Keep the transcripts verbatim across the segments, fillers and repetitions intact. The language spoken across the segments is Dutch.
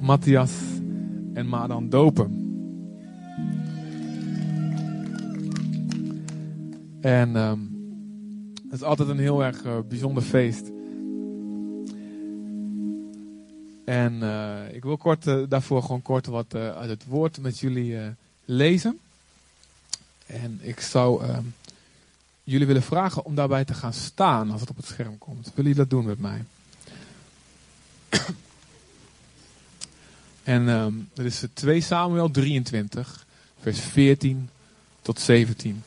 Matthias en Madan dopen. En um, het is altijd een heel erg uh, bijzonder feest. En uh, ik wil kort, uh, daarvoor gewoon kort wat uh, uit het woord met jullie uh, lezen. En ik zou uh, jullie willen vragen om daarbij te gaan staan als het op het scherm komt. Willen jullie dat doen met mij? En um, dat is twee Samuel drieëntwintig, vers veertien tot zeventien.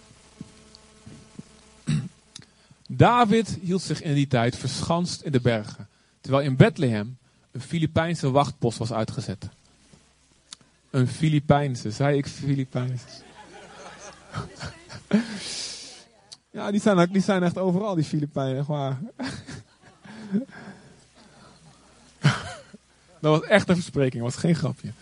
David hield zich in die tijd verschanst in de bergen, terwijl in Bethlehem een Filipijnse wachtpost was uitgezet. Een Filipijnse, zei ik Filipijnse? Ja, die zijn, die zijn echt overal, die Filipijnen, echt waar. Dat was echt een verspreking, dat was geen grapje.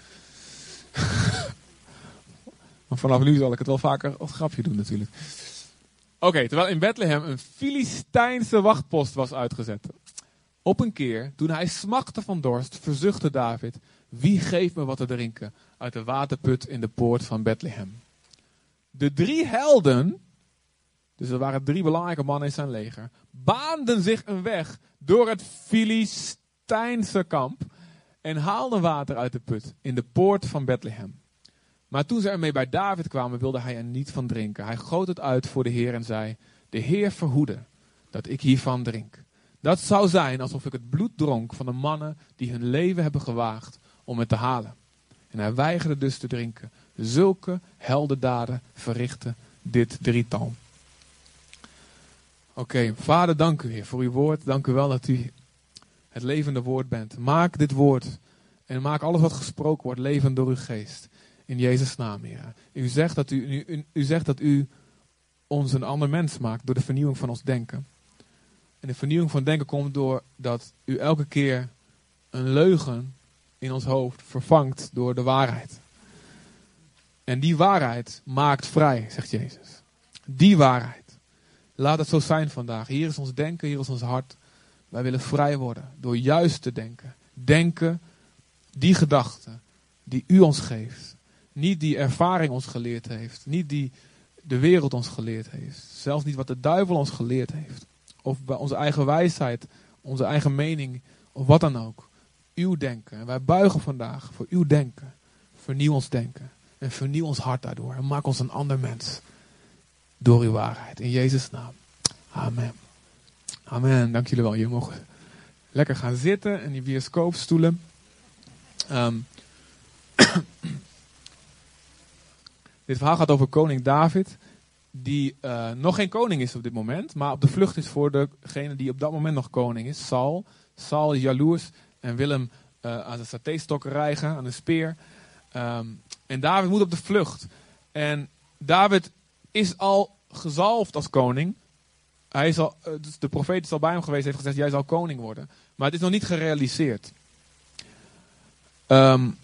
Maar vanaf nu zal ik het wel vaker als grapje doen natuurlijk. Oké, okay, terwijl in Bethlehem een Filistijnse wachtpost was uitgezet. Op een keer, toen hij smachtte van dorst, verzuchtte David: wie geeft me wat te drinken uit de waterput in de poort van Bethlehem? De drie helden, dus er waren drie belangrijke mannen in zijn leger, baanden zich een weg door het Filistijnse kamp en haalden water uit de put in de poort van Bethlehem. Maar toen ze ermee bij David kwamen, wilde hij er niet van drinken. Hij goot het uit voor de Heer en zei: de Heer verhoede dat ik hiervan drink. Dat zou zijn alsof ik het bloed dronk van de mannen die hun leven hebben gewaagd om het te halen. En hij weigerde dus te drinken. Zulke heldendaden verrichten dit drietal. Oké, okay, Vader, dank u weer voor uw woord. Dank u wel dat u het levende woord bent. Maak dit woord en maak alles wat gesproken wordt levend door uw geest. In Jezus' naam, Heer. U zegt dat u, u, u zegt dat u ons een ander mens maakt door de vernieuwing van ons denken. En de vernieuwing van denken komt doordat u elke keer een leugen in ons hoofd vervangt door de waarheid. En die waarheid maakt vrij, zegt Jezus. Die waarheid. Laat het zo zijn vandaag. Hier is ons denken, hier is ons hart. Wij willen vrij worden door juist te denken. Denken die gedachten die u ons geeft. Niet die ervaring ons geleerd heeft. Niet die de wereld ons geleerd heeft. Zelfs niet wat de duivel ons geleerd heeft. Of bij onze eigen wijsheid, onze eigen mening, of wat dan ook. Uw denken. En wij buigen vandaag voor uw denken. Vernieuw ons denken. En vernieuw ons hart daardoor. En maak ons een ander mens. Door uw waarheid. In Jezus' naam. Amen. Amen. Dank jullie wel. Jullie mogen lekker gaan zitten in die bioscoopstoelen. Um, Dit verhaal gaat over koning David. Die uh, nog geen koning is op dit moment. Maar op de vlucht is voor degene die op dat moment nog koning is. Saul. Saul is jaloers. En wil hem uh, aan zijn satéstokken rijgen. Aan een speer. Um, en David moet op de vlucht. En David is al gezalfd als koning. Hij is al, uh, dus de profeet is al bij hem geweest. Heeft gezegd: jij zal koning worden. Maar het is nog niet gerealiseerd. Um,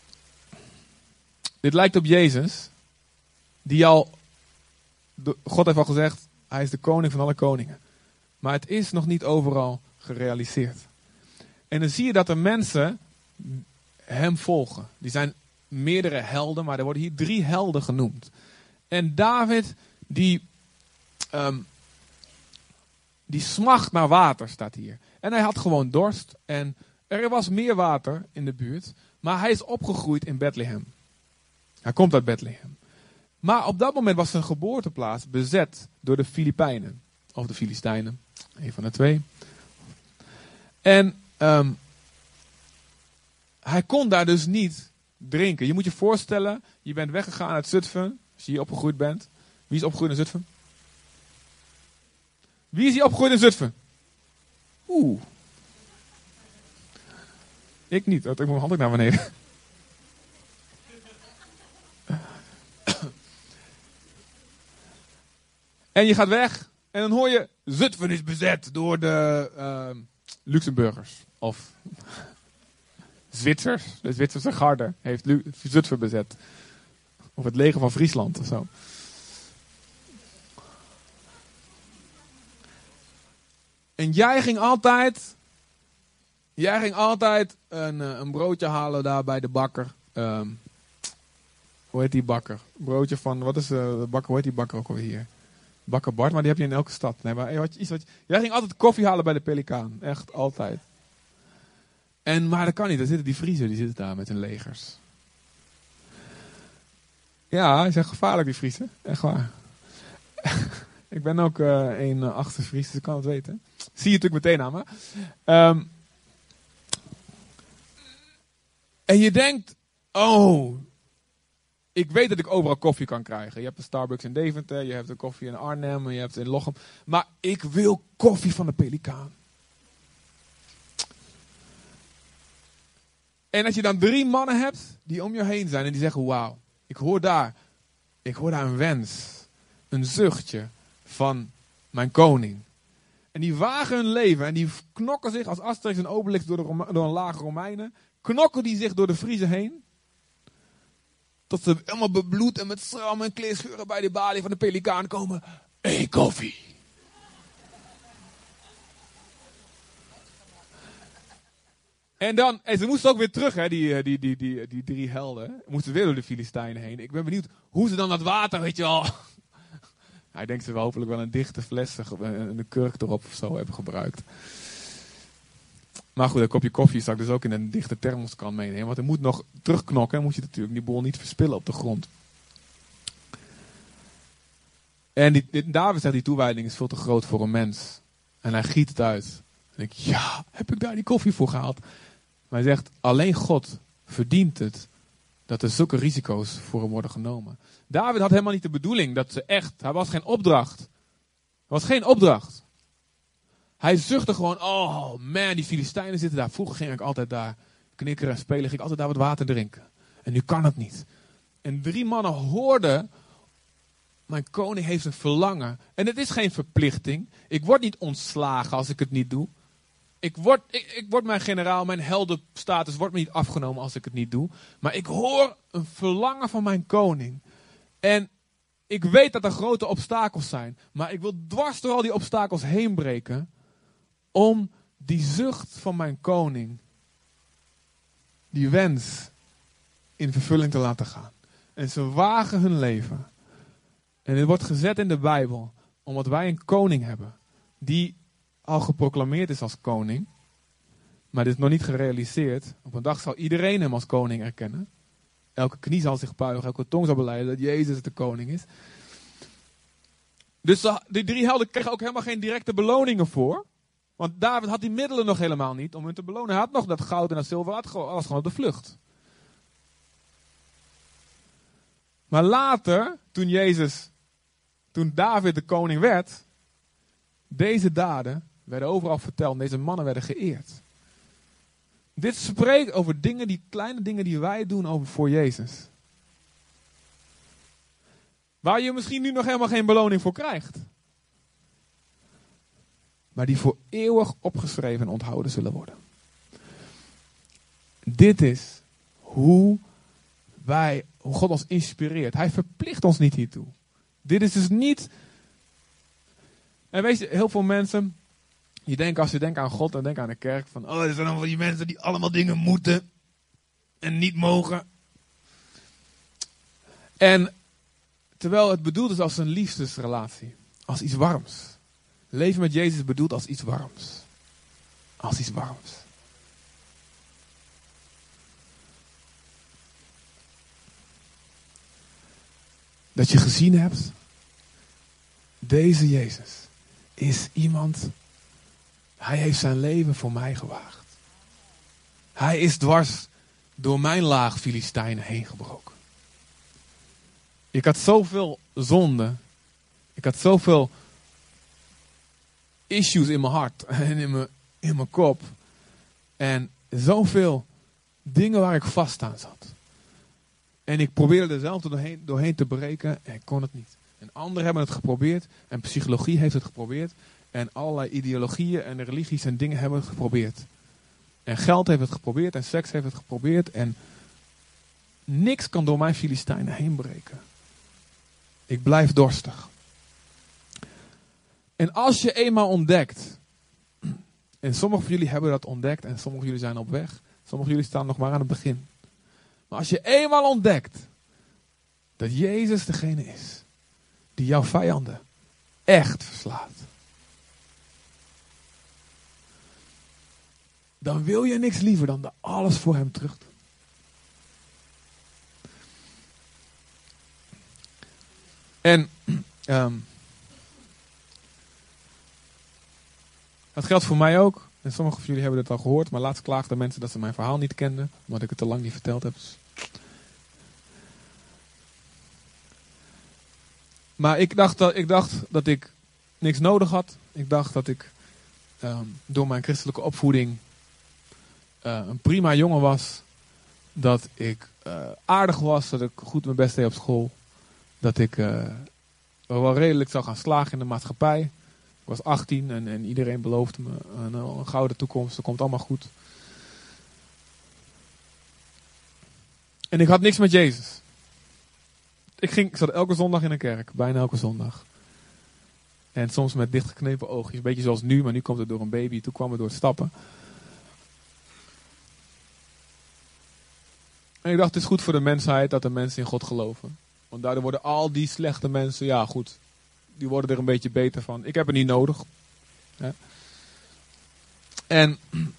dit lijkt op Jezus. Die al, God heeft al gezegd, hij is de koning van alle koningen. Maar het is nog niet overal gerealiseerd. En dan zie je dat er mensen hem volgen. Die zijn meerdere helden, maar er worden hier drie helden genoemd. En David, die, um, die smacht naar water, staat hier. En hij had gewoon dorst. En er was meer water in de buurt. Maar hij is opgegroeid in Bethlehem. Hij komt uit Bethlehem. Maar op dat moment was zijn geboorteplaats bezet door de Filipijnen. Of de Filistijnen. Een van de twee. En um, hij kon daar dus niet drinken. Je moet je voorstellen, je bent weggegaan uit Zutphen. Als je hier opgegroeid bent. Wie is opgegroeid in Zutphen? Wie is hier opgegroeid in Zutphen? Oeh. Ik niet. Ik moet mijn hand ook naar beneden. En je gaat weg en dan hoor je: Zutphen is bezet door de uh, Luxemburgers. Of Zwitsers. De Zwitserse garde heeft Lu- Zutphen bezet. Of het leger van Friesland of zo. En jij ging altijd... Jij ging altijd een, een broodje halen daar bij de bakker. Um, hoe heet die bakker? Broodje van, wat is uh, de bakker, hoe heet die bakker ook alweer hier? Bakker Bart, maar die heb je in elke stad. Nee, maar wat, iets wat, jij ging altijd koffie halen bij de Pelikaan. Echt, altijd. En, maar dat kan niet, daar zitten die Friezen, die zitten daar met hun legers. Ja, die zijn gevaarlijk, die Friesen. Echt waar. Ik ben ook uh, een uh, achter Fries, dus ik kan het weten. Zie je natuurlijk meteen aan me. Um, en je denkt, oh, ik weet dat ik overal koffie kan krijgen. Je hebt de Starbucks in Deventer, je hebt de koffie in Arnhem, en je hebt in Lochem. Maar ik wil koffie van de Pelikaan. En als je dan drie mannen hebt die om je heen zijn en die zeggen, wauw, ik hoor daar, ik hoor daar een wens, een zuchtje van mijn koning. En die wagen hun leven en die knokken zich als Asterix en Obelix door, de Rome- door een laag Romeinen. Knokken die zich door de Friezen heen. Tot ze helemaal bebloed en met schram en kleerscheuren bij de balie van de Pelikaan komen. Hé, koffie. En dan, en ze moesten ook weer terug, hè, die, die, die, die, die drie helden. Moesten weer door de Filistijnen heen. Ik ben benieuwd hoe ze dan dat water, weet je wel. Hij denkt ze wel hopelijk wel een dichte fles, een kurk erop of zo hebben gebruikt. Maar goed, een kopje koffie zou ik dus ook in een dichte thermoskan meenemen. Want er moet nog terugknokken en moet je natuurlijk die boel niet verspillen op de grond. En die, die, David zegt, die toewijding is veel te groot voor een mens. En hij giet het uit. En ik, ja, heb ik daar die koffie voor gehaald? Maar hij zegt, alleen God verdient het dat er zulke risico's voor hem worden genomen. David had helemaal niet de bedoeling dat ze echt, hij was geen opdracht. Het was geen opdracht. Hij zuchtte gewoon, oh man, die Filistijnen zitten daar. Vroeger ging ik altijd daar knikkeren en spelen, ging ik altijd daar wat water drinken. En nu kan het niet. En drie mannen hoorden, mijn koning heeft een verlangen. En het is geen verplichting. Ik word niet ontslagen als ik het niet doe. Ik word, ik, ik word mijn generaal, mijn heldenstatus wordt me niet afgenomen als ik het niet doe. Maar ik hoor een verlangen van mijn koning. En ik weet dat er grote obstakels zijn. Maar ik wil dwars door al die obstakels heen breken. Om die zucht van mijn koning, die wens, in vervulling te laten gaan. En ze wagen hun leven. En dit wordt gezet in de Bijbel. Omdat wij een koning hebben. Die al geproclameerd is als koning. Maar dit is nog niet gerealiseerd. Op een dag zal iedereen hem als koning erkennen. Elke knie zal zich buigen. Elke tong zal belijden dat Jezus de koning is. Dus die drie helden kregen ook helemaal geen directe beloningen voor. Want David had die middelen nog helemaal niet om hen te belonen. Hij had nog dat goud en dat zilver. Hij was gewoon op de vlucht. Maar later, toen Jezus, toen David de koning werd, deze daden werden overal verteld. En deze mannen werden geëerd. Dit spreekt over dingen, die kleine dingen die wij doen over voor Jezus. Waar je misschien nu nog helemaal geen beloning voor krijgt. Maar die voor eeuwig opgeschreven en onthouden zullen worden. Dit is hoe wij, hoe God ons inspireert. Hij verplicht ons niet hiertoe. Dit is dus niet. En weet je, heel veel mensen, die denken als je denkt aan God en denken aan de kerk, van oh, er zijn allemaal die mensen die allemaal dingen moeten en niet mogen. En terwijl het bedoeld is als een liefdesrelatie, als iets warms. Leven met Jezus is bedoeld als iets warms. Als iets warms. Dat je gezien hebt, deze Jezus is iemand, hij heeft zijn leven voor mij gewaagd. Hij is dwars door mijn laag Filistijnen heen gebroken. Ik had zoveel zonde. Ik had zoveel issues in mijn hart en in mijn, in mijn kop. En zoveel dingen waar ik vast aan zat. En ik probeerde er zelf doorheen, doorheen te breken en ik kon het niet. En anderen hebben het geprobeerd en psychologie heeft het geprobeerd. En allerlei ideologieën en religies en dingen hebben het geprobeerd. En geld heeft het geprobeerd en seks heeft het geprobeerd. En niks kan door mijn Filistijnen heen breken. Ik blijf dorstig. En als je eenmaal ontdekt En sommigen van jullie hebben dat ontdekt en sommigen van jullie zijn op weg. Sommigen van jullie staan nog maar aan het begin. Maar als je eenmaal ontdekt dat Jezus degene is die jouw vijanden echt verslaat, dan wil je niks liever dan er alles voor hem terug doen. En um, dat geldt voor mij ook. En sommigen van jullie hebben het al gehoord. Maar laatst klaagden mensen dat ze mijn verhaal niet kenden. Omdat ik het te lang niet verteld heb. Dus. Maar ik dacht, dat, ik dacht dat ik niks nodig had. Ik dacht dat ik um, door mijn christelijke opvoeding uh, een prima jongen was. Dat ik uh, aardig was. Dat ik goed mijn best deed op school. Dat ik uh, wel redelijk zou gaan slagen in de maatschappij. Ik was achttien en, en iedereen beloofde me een, een gouden toekomst. Dat komt allemaal goed. En ik had niks met Jezus. Ik, ging, ik zat elke zondag in een kerk. Bijna elke zondag. En soms met dichtgeknepen oogjes. Een beetje zoals nu, maar nu komt het door een baby. Toen kwam het door het stappen. En ik dacht, het is goed voor de mensheid dat de mensen in God geloven. Want daardoor worden al die slechte mensen, ja goed, die worden er een beetje beter van. Ik heb het niet nodig. Ja. En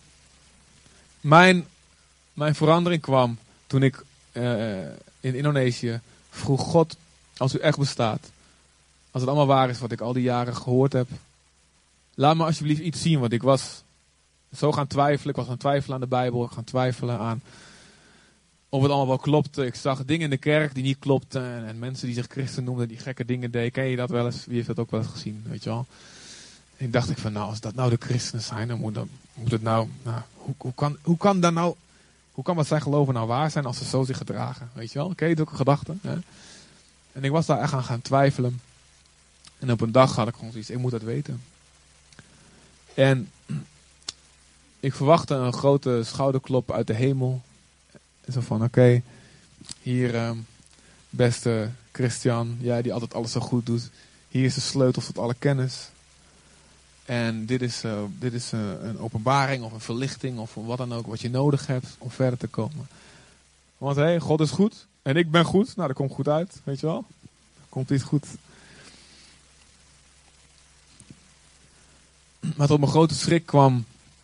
mijn, mijn verandering kwam toen ik uh, in Indonesië vroeg: God, als u echt bestaat, als het allemaal waar is wat ik al die jaren gehoord heb, laat me alsjeblieft iets zien. Want ik was zo gaan twijfelen. Ik was gaan twijfelen aan de Bijbel. Gaan twijfelen aan of het allemaal wel klopte. Ik zag dingen in de kerk die niet klopten. En, en mensen die zich christen noemden, die gekke dingen deden. Ken je dat wel eens? Wie heeft dat ook wel eens gezien? Weet je wel? En ik dacht ik van, nou, als dat nou de christenen zijn, dan moet, dan moet het nou... nou hoe, hoe, kan, hoe kan dat nou... Hoe kan wat zij geloven nou waar zijn als ze zo zich gedragen? Weet je wel? Ken je het ook, gedachten? Hè? En ik was daar echt aan gaan twijfelen. En op een dag had ik gewoon zoiets, ik moet dat weten. En ik verwachtte een grote schouderklop uit de hemel. En zo van, oké, okay, hier um, beste Christian, jij die altijd alles zo goed doet. Hier is de sleutel tot alle kennis. En dit is, uh, dit is uh, een openbaring of een verlichting of wat dan ook wat je nodig hebt om verder te komen. Want hé, hey, God is goed en ik ben goed. Nou, dat komt goed uit, weet je wel. Komt iets goed. Maar tot mijn grote schrik kwam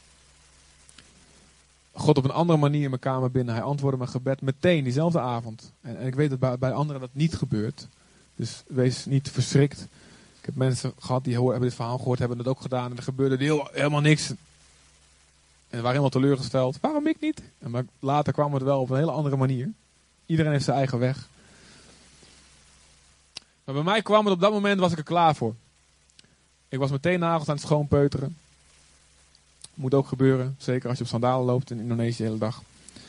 God op een andere manier in mijn kamer binnen. Hij antwoordde mijn gebed meteen, diezelfde avond. En, en ik weet dat bij, bij anderen dat niet gebeurt. Dus wees niet verschrikt. Ik heb mensen gehad die hoor, hebben dit verhaal gehoord, hebben dat ook gedaan. En er gebeurde heel, helemaal niks. En waren helemaal teleurgesteld. Waarom ik niet? En maar later kwam het wel op een hele andere manier. Iedereen heeft zijn eigen weg. Maar bij mij kwam het op dat moment, was ik er klaar voor. Ik was meteen nagels aan het schoonpeuteren. Moet ook gebeuren. Zeker als je op sandalen loopt in Indonesië de hele dag.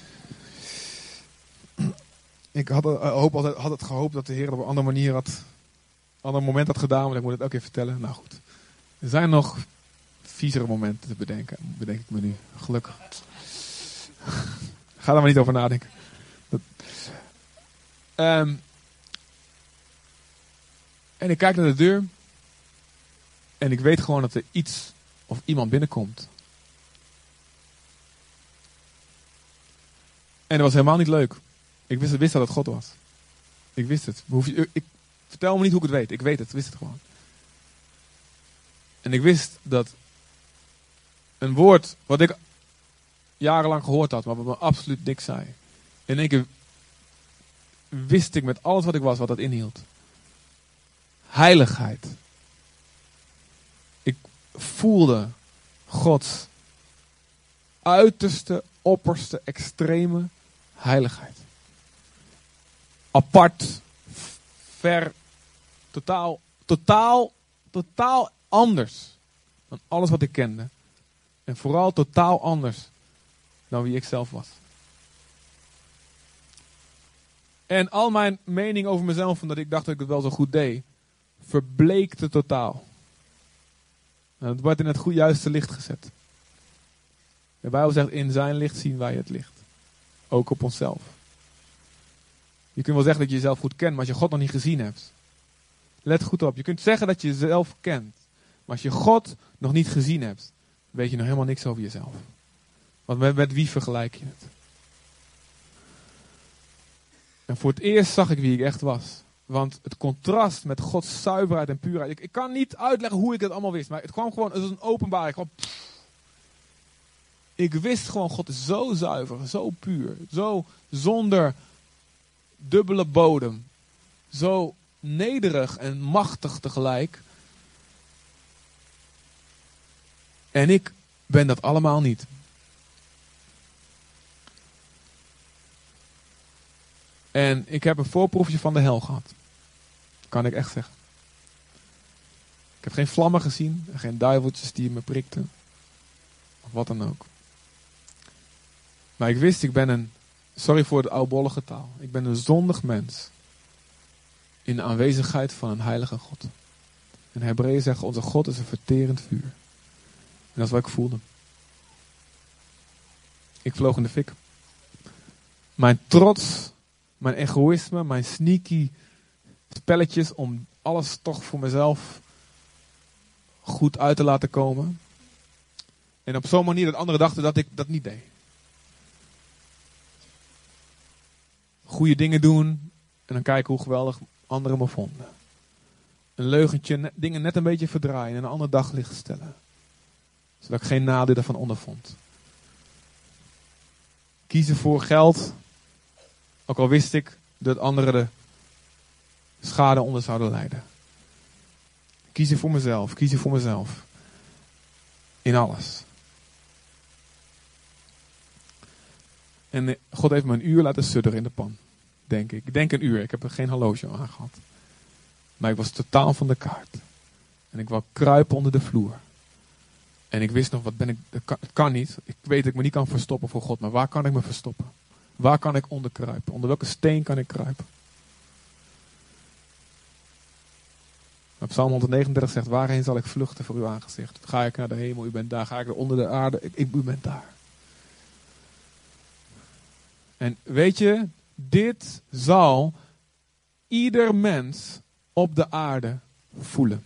Ik had, uh, hoop altijd, had het gehoopt dat de Heer het op een andere manier had... Een ander moment had gedaan, maar ik moet het ook even vertellen. Nou goed. Er zijn nog viezere momenten te bedenken. Bedenk ik me nu. Gelukkig. Ga daar maar niet over nadenken. Dat. Um, en ik kijk naar de deur. En ik weet gewoon dat er iets of iemand binnenkomt. En dat was helemaal niet leuk. Ik wist, wist dat het God was. Ik wist het. Hoef je, ik, vertel me niet hoe ik het weet. Ik weet het. Ik wist het gewoon. En ik wist dat een woord wat ik jarenlang gehoord had, maar wat me absoluut niks zei. In één keer wist ik met alles wat ik was wat dat inhield. Heiligheid. Ik voelde Gods uiterste, opperste, extreme heiligheid. Apart, ver, totaal, totaal, totaal anders dan alles wat ik kende. En vooral totaal anders dan wie ik zelf was. En al mijn mening over mezelf, omdat ik dacht dat ik het wel zo goed deed, verbleekte totaal. En het wordt in het goed juiste licht gezet. De Bijbel zegt, in zijn licht zien wij het licht. Ook op onszelf. Je kunt wel zeggen dat je jezelf goed kent, maar als je God nog niet gezien hebt. Let goed op. Je kunt zeggen dat je jezelf kent. Maar als je God nog niet gezien hebt, weet je nog helemaal niks over jezelf. Want met, met wie vergelijk je het? En voor het eerst zag ik wie ik echt was. Want het contrast met Gods zuiverheid en puurheid. Ik, ik kan niet uitleggen hoe ik het allemaal wist. Maar het kwam gewoon, het was een openbaring. Gewoon, ik wist gewoon, God is zo zuiver, zo puur. Zo zonder dubbele bodem. Zo nederig en machtig tegelijk. En ik ben dat allemaal niet. En ik heb een voorproefje van de hel gehad. Kan ik echt zeggen. Ik heb geen vlammen gezien. En geen duiveltjes die me prikten. Of wat dan ook. Maar ik wist, ik ben een... Sorry voor de oudbollige taal. Ik ben een zondig mens. In de aanwezigheid van een heilige God. En Hebreeën zeggen, onze God is een verterend vuur. En dat is wat ik voelde. Ik vloog in de fik. Mijn trots, mijn egoïsme, mijn sneaky spelletjes om alles toch voor mezelf goed uit te laten komen. En op zo'n manier dat anderen dachten dat ik dat niet deed. Goede dingen doen en dan kijken hoe geweldig anderen me vonden. Een leugentje, net, dingen net een beetje verdraaien en een ander daglicht stellen. Zodat ik geen nadeel ervan ondervond. Kiezen voor geld, ook al wist ik dat anderen de schade onder zouden lijden. Kiezen voor mezelf, kiezen voor mezelf. In alles. En God heeft me een uur laten sudderen in de pan. Denk ik. Ik denk een uur. Ik heb er geen horloge aan gehad. Maar ik was totaal van de kaart. En ik wou kruipen onder de vloer. En ik wist nog, wat ben ik, het kan, het kan niet. Ik weet dat ik me niet kan verstoppen voor God. Maar waar kan ik me verstoppen? Waar kan ik onder kruipen? Onder welke steen kan ik kruipen? Maar Psalm honderdnegenendertig zegt, waarheen zal ik vluchten voor uw aangezicht? Ga ik naar de hemel, u bent daar. Ga ik onder de aarde, ik, ik, u bent daar. En weet je, dit zal ieder mens op de aarde voelen.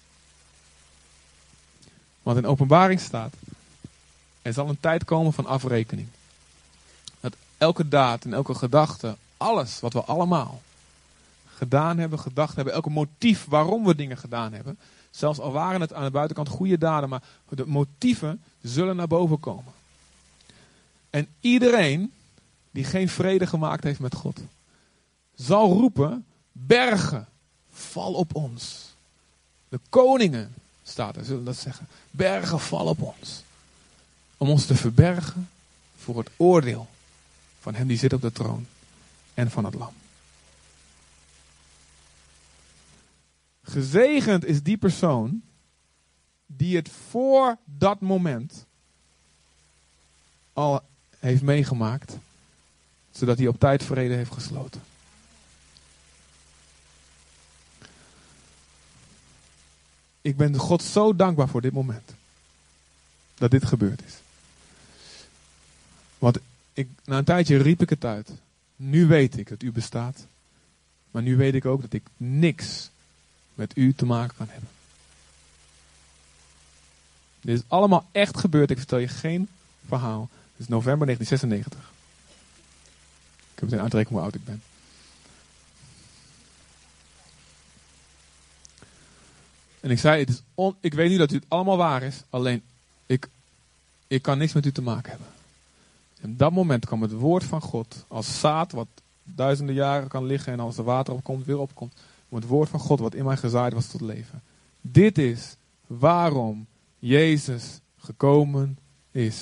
Want in Openbaring staat, er zal een tijd komen van afrekening. Dat elke daad en elke gedachte, alles wat we allemaal gedaan hebben, gedacht hebben, elke motief waarom we dingen gedaan hebben, zelfs al waren het aan de buitenkant goede daden, maar de motieven zullen naar boven komen. En iedereen die geen vrede gemaakt heeft met God, zal roepen, bergen, val op ons. De koningen, staat er, zullen dat zeggen. Bergen, val op ons. Om ons te verbergen voor het oordeel van hem die zit op de troon en van het lam. Gezegend is die persoon die het voor dat moment al heeft meegemaakt, zodat hij op tijd vrede heeft gesloten. Ik ben God zo dankbaar voor dit moment. Dat dit gebeurd is. Want ik, na een tijdje riep ik het uit. Nu weet ik dat u bestaat. Maar nu weet ik ook dat ik niks met u te maken kan hebben. Dit is allemaal echt gebeurd. Ik vertel je geen verhaal. Het is november negentien zesennegentig. Ik heb meteen uitrekenen hoe oud ik ben. En ik zei, het is on, ik weet nu dat het allemaal waar is. Alleen, ik, ik kan niks met u te maken hebben. En op dat moment kwam het woord van God als zaad wat duizenden jaren kan liggen. En als er water opkomt, weer opkomt. Om het woord van God wat in mij gezaaid was tot leven. Dit is waarom Jezus gekomen is.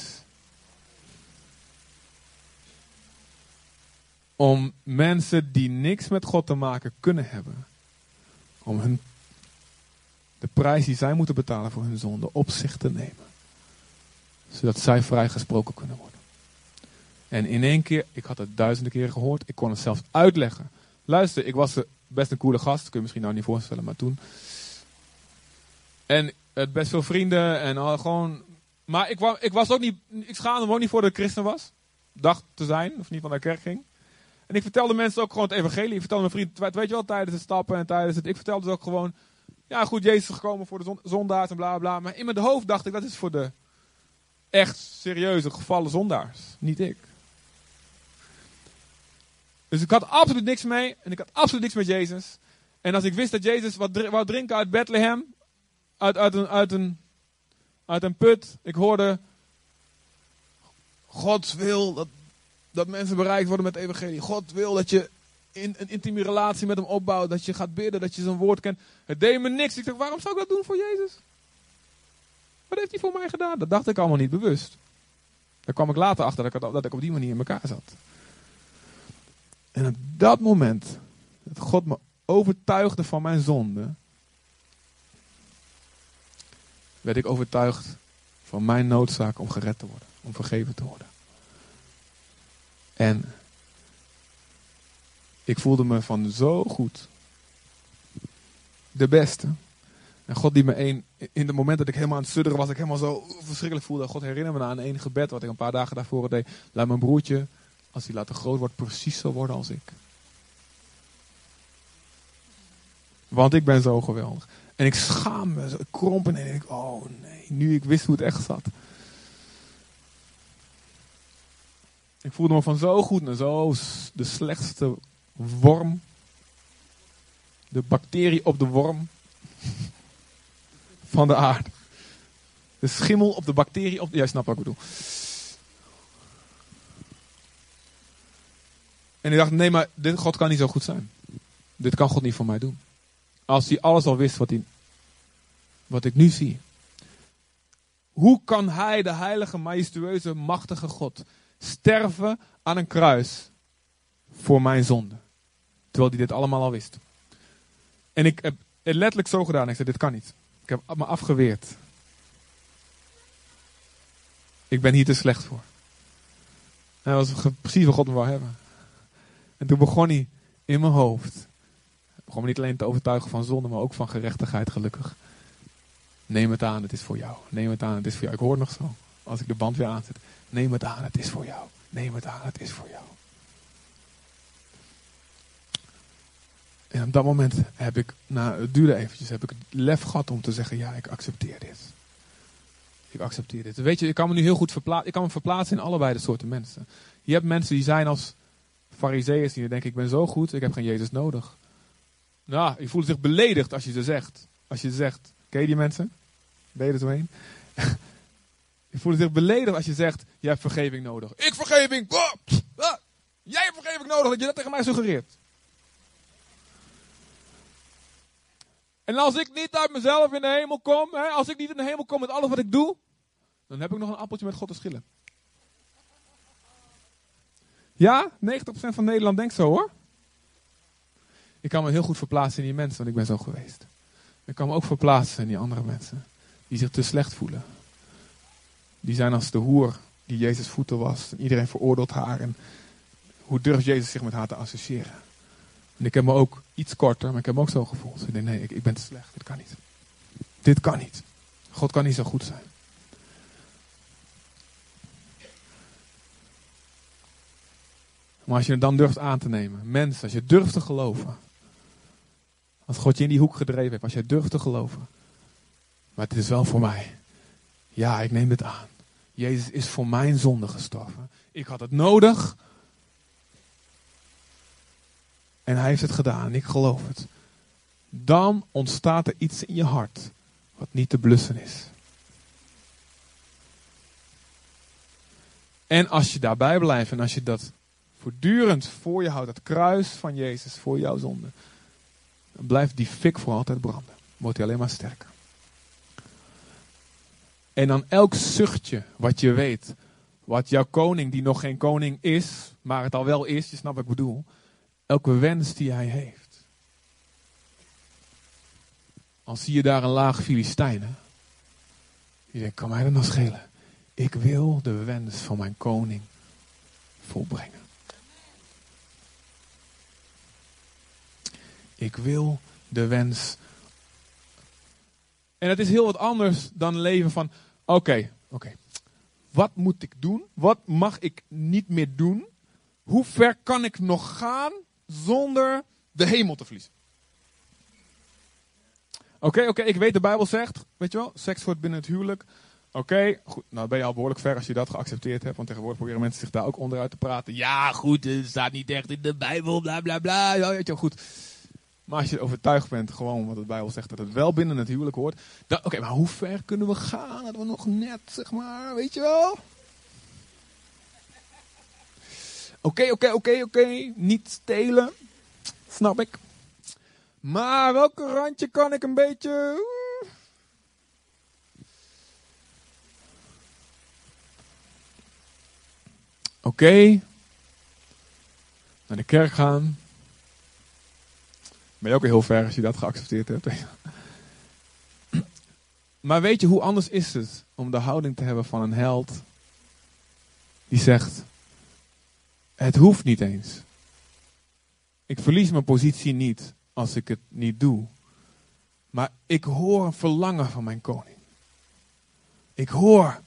Om mensen die niks met God te maken kunnen hebben. Om hun, de prijs die zij moeten betalen voor hun zonde op zich te nemen. Zodat zij vrijgesproken kunnen worden. En in één keer, ik had het duizenden keren gehoord. Ik kon het zelfs uitleggen. Luister, ik was best een coole gast. Dat kun je misschien nou niet voorstellen, maar toen. En het best veel vrienden en al gewoon. Maar ik, wou, ik was ook niet, ik schaamde me ook niet voor dat ik christen was. Dacht te zijn, of niet van naar de kerk ging. En ik vertelde mensen ook gewoon het evangelie. Ik vertelde mijn vrienden, weet je wel, tijdens het stappen en tijdens het. Ik vertelde ze ook gewoon. Ja, goed, Jezus is gekomen voor de zondaars en bla bla. Maar in mijn hoofd dacht ik, dat is voor de echt serieuze gevallen zondaars. Niet ik. Dus ik had absoluut niks mee. En ik had absoluut niks met Jezus. En als ik wist dat Jezus wat dr- wou drinken uit Bethlehem. Uit, uit, een, uit, een, uit een put. Ik hoorde. God wil dat, dat mensen bereikt worden met het evangelie. God wil dat je in, een intieme relatie met hem opbouwt. Dat je gaat bidden. Dat je zijn woord kent. Het deed me niks. Ik dacht, waarom zou ik dat doen voor Jezus? Wat heeft hij voor mij gedaan? Dat dacht ik allemaal niet bewust. Daar kwam ik later achter dat ik, dat ik op die manier in elkaar zat. En op dat moment, dat God me overtuigde van mijn zonde, werd ik overtuigd van mijn noodzaak om gered te worden. Om vergeven te worden. En ik voelde me van zo goed. De beste. En God die me een, in het moment dat ik helemaal aan het sudderen was, ik helemaal zo verschrikkelijk voelde. God herinnerde me aan een gebed wat ik een paar dagen daarvoor deed. Laat mijn broertje, als hij later groot wordt, precies zo worden als ik. Want ik ben zo geweldig. En ik schaam me, zo, ik kromp en denk ik, oh nee, nu ik wist hoe het echt zat. Ik voelde me van zo goed naar zo de slechtste worm. De bacterie op de worm. Van de aarde. De schimmel op de bacterie op de... Ja, snap wat ik bedoel. En ik dacht, nee, maar dit God kan niet zo goed zijn. Dit kan God niet voor mij doen. Als hij alles al wist wat, hij, wat ik nu zie. Hoe kan hij, de heilige, majestueuze, machtige God, sterven aan een kruis voor mijn zonde? Terwijl hij dit allemaal al wist. En ik heb het letterlijk zo gedaan. Ik zei, dit kan niet. Ik heb me afgeweerd. Ik ben hier te slecht voor. En dat was precies wat God me wou hebben. En toen begon hij in mijn hoofd. Begon me niet alleen te overtuigen van zonde, maar ook van gerechtigheid, gelukkig. Neem het aan, het is voor jou. Neem het aan, het is voor jou. Ik hoor het nog zo. Als ik de band weer aanzet. Neem het aan, het is voor jou. Neem het aan, het is voor jou. En op dat moment heb ik, nou het duurde eventjes, heb ik het lef gehad om te zeggen, ja, ik accepteer dit. Ik accepteer dit. Weet je, ik kan me nu heel goed verplaatsen. Ik kan me verplaatsen in allebei de soorten mensen. Je hebt mensen die zijn als farizeeërs die denken, ik ben zo goed, ik heb geen Jezus nodig. Nou, je voelt zich beledigd als je ze zegt. Als je zegt, ken je die mensen? Ben je er zo heen? Je voelt zich beledigd als je zegt, jij hebt vergeving nodig. Ik vergeving! Oh, ah, jij hebt vergeving nodig, dat je dat tegen mij suggereert. En als ik niet uit mezelf in de hemel kom, hè, als ik niet in de hemel kom met alles wat ik doe, dan heb ik nog een appeltje met God te schillen. Ja, negentig procent van Nederland denkt zo hoor. Ik kan me heel goed verplaatsen in die mensen, want ik ben zo geweest. Ik kan me ook verplaatsen in die andere mensen, die zich te slecht voelen. Die zijn als de hoer die Jezus voeten was. En iedereen veroordeelt haar. En hoe durft Jezus zich met haar te associëren? En ik heb me ook iets korter, maar ik heb me ook zo gevoeld. Ik denk, nee, ik, ik ben te slecht. Dit kan niet. Dit kan niet. God kan niet zo goed zijn. Maar als je het dan durft aan te nemen. Mensen, als je durft te geloven. Als God je in die hoek gedreven heeft. Als je durft te geloven. Maar het is wel voor mij. Ja, ik neem dit aan. Jezus is voor mijn zonde gestorven. Ik had het nodig. En hij heeft het gedaan. En ik geloof het. Dan ontstaat er iets in je hart. Wat niet te blussen is. En als je daarbij blijft. En als je dat voortdurend voor je houdt. Het kruis van Jezus voor jouw zonde. Dan blijft die fik voor altijd branden. Wordt hij alleen maar sterker. En dan elk zuchtje wat je weet. Wat jouw koning die nog geen koning is. Maar het al wel is. Je snapt wat ik bedoel. Elke wens die hij heeft. Al zie je daar een laag Filistijnen. Je denkt, kan mij dat nou schelen? Ik wil de wens van mijn koning volbrengen. Ik wil de wens. En het is heel wat anders dan leven van, oké, okay, oké. Okay. Wat moet ik doen? Wat mag ik niet meer doen? Hoe ver kan ik nog gaan zonder de hemel te verliezen? Oké, okay, oké, okay, ik weet de Bijbel zegt, weet je wel, seks wordt binnen het huwelijk. Oké, okay, goed. Nou ben je al behoorlijk ver als je dat geaccepteerd hebt. Want tegenwoordig proberen mensen zich daar ook onderuit te praten. Ja, goed, het staat niet echt in de Bijbel, bla bla bla. Ja, weet je wel, goed. Maar als je overtuigd bent, gewoon wat de Bijbel zegt, dat het wel binnen het huwelijk hoort. Oké, okay, maar hoe ver kunnen we gaan? Dat we nog net, zeg maar, weet je wel? Oké, oké, oké, oké. Niet stelen. Snap ik. Maar welke randje kan ik een beetje... Oké. Okay. Naar de kerk gaan. Ben je ook heel ver als je dat geaccepteerd hebt. Maar weet je, hoe anders is het om de houding te hebben van een held die zegt, het hoeft niet eens. Ik verlies mijn positie niet als ik het niet doe. Maar ik hoor een verlangen van mijn koning. Ik hoor.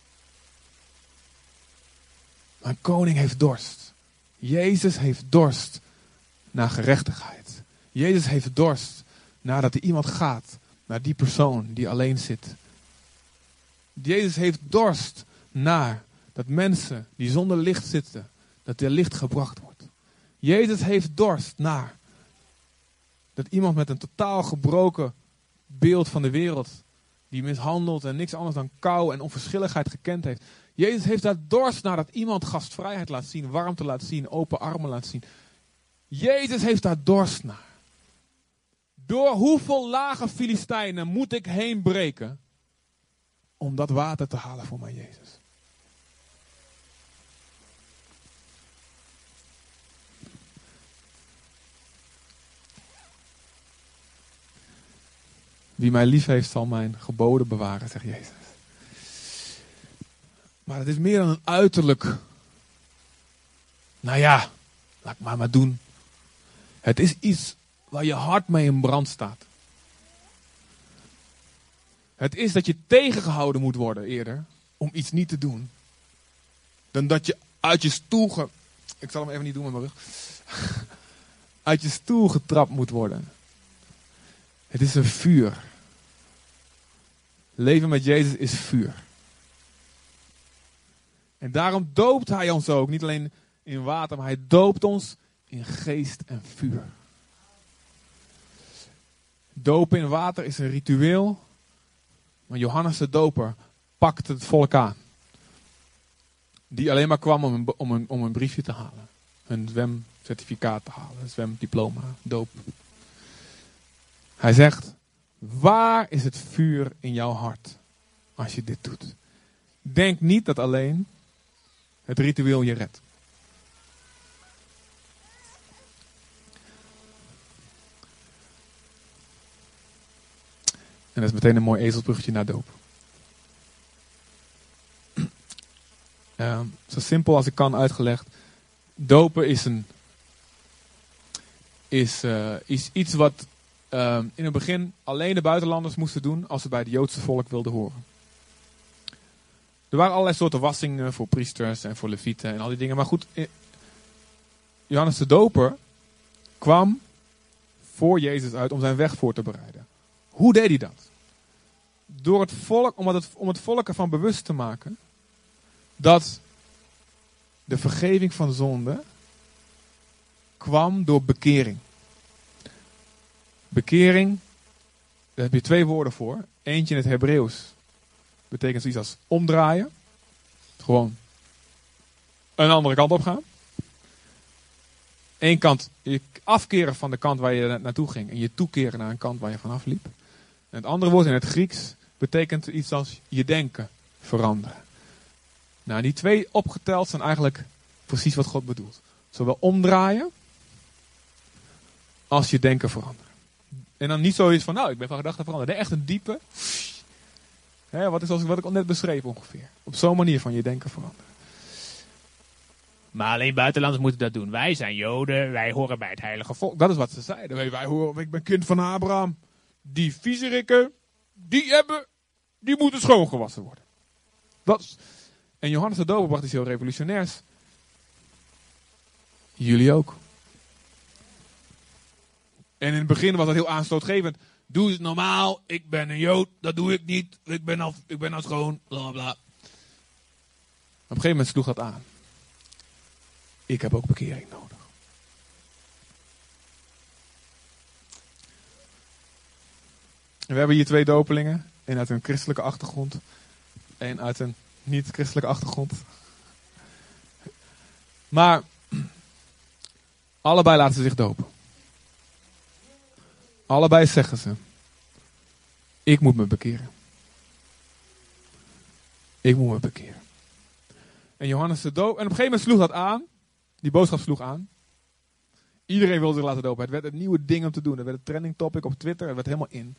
Mijn koning heeft dorst. Jezus heeft dorst naar gerechtigheid. Jezus heeft dorst nadat er iemand gaat naar die persoon die alleen zit. Jezus heeft dorst naar dat mensen die zonder licht zitten, dat er licht gebracht wordt. Jezus heeft dorst naar dat iemand met een totaal gebroken beeld van de wereld, die mishandeld en niks anders dan kou en onverschilligheid gekend heeft. Jezus heeft daar dorst naar dat iemand gastvrijheid laat zien, warmte laat zien, open armen laat zien. Jezus heeft daar dorst naar. Door hoeveel lage Filistijnen moet ik heen breken om dat water te halen voor mijn Jezus? Wie mij lief heeft zal mijn geboden bewaren, zegt Jezus. Maar het is meer dan een uiterlijk. Nou ja, laat maar maar doen. Het is iets waar je hart mee in brand staat. Het is dat je tegengehouden moet worden eerder om iets niet te doen. Dan dat je uit je stoel ge... Ik zal hem even niet doen met mijn rug. Uit je stoel getrapt moet worden. Het is een vuur. Leven met Jezus is vuur. En daarom doopt hij ons ook. Niet alleen in water, maar hij doopt ons in geest en vuur. Dopen in water is een ritueel. Maar Johannes de Doper pakte het volk aan. Die alleen maar kwam om een, om een, om een briefje te halen. Een zwemcertificaat te halen. Een zwemdiploma. Doop. Hij zegt, waar is het vuur in jouw hart als je dit doet? Denk niet dat alleen het ritueel je redt. En dat is meteen een mooi ezelsbruggetje naar doop. Uh, zo simpel als ik kan uitgelegd. Dopen is, een, is, uh, is iets wat uh, in het begin alleen de buitenlanders moesten doen als ze bij het Joodse volk wilden horen. Er waren allerlei soorten wassingen voor priesters en voor levieten en al die dingen. Maar goed, Johannes de Doper kwam voor Jezus uit om zijn weg voor te bereiden. Hoe deed hij dat? Door het volk, om het, om het volk ervan bewust te maken dat de vergeving van zonde kwam door bekering. Bekering, daar heb je twee woorden voor. Eentje in het Hebreeuws betekent zoiets als omdraaien. Gewoon een andere kant op gaan. Eén kant, je afkeren van de kant waar je naartoe ging en je toekeren naar een kant waar je vanaf liep. En het andere woord in het Grieks betekent iets als je denken veranderen. Nou, die twee opgeteld zijn eigenlijk precies wat God bedoelt. Zowel omdraaien als je denken veranderen. En dan niet zoiets van, nou, ik ben van gedachten veranderd. Nee, echt een diepe. Hè, wat is als wat ik al net beschreef ongeveer. Op zo'n manier van je denken veranderen. Maar alleen buitenlanders moeten dat doen. Wij zijn Joden, wij horen bij het heilige volk. Dat is wat ze zeiden. Wij, wij horen, ik ben kind van Abraham. Die viezerikken, die hebben, die moeten schoongewassen worden. Dat is, en Johannes de Doper bracht iets heel revolutionairs. Jullie ook. En in het begin was dat heel aanstootgevend. Doe het normaal. Ik ben een Jood. Dat doe ik niet. Ik ben al, ik ben al schoon. Bla bla. Op een gegeven moment sloeg dat aan. Ik heb ook bekering nodig. En we hebben hier twee dopelingen. Eén uit een christelijke achtergrond. Eén uit een niet-christelijke achtergrond. Maar allebei laten ze zich dopen. Allebei zeggen ze: ik moet me bekeren. Ik moet me bekeren. En Johannes de doop. En op een gegeven moment sloeg dat aan. Die boodschap sloeg aan. Iedereen wilde zich laten dopen. Het werd een nieuwe ding om te doen. Het werd een trending topic op Twitter. Het werd helemaal in.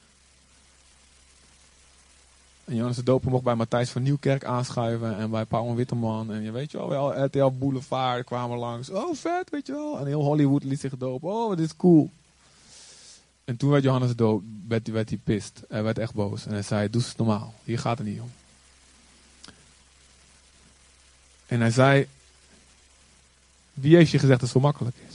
En Johannes de Doper mocht bij Matthijs van Nieuwkerk aanschuiven. En bij Paul Witteman. En je weet je wel, wel R T L Boulevard kwamen langs. Oh, vet, weet je wel. En heel Hollywood liet zich dopen. Oh, dit is cool. En toen werd Johannes de Doper, werd, werd hij pist. Hij werd echt boos. En hij zei, doe het normaal. Hier gaat het niet om. En hij zei, wie heeft je gezegd dat het zo makkelijk is?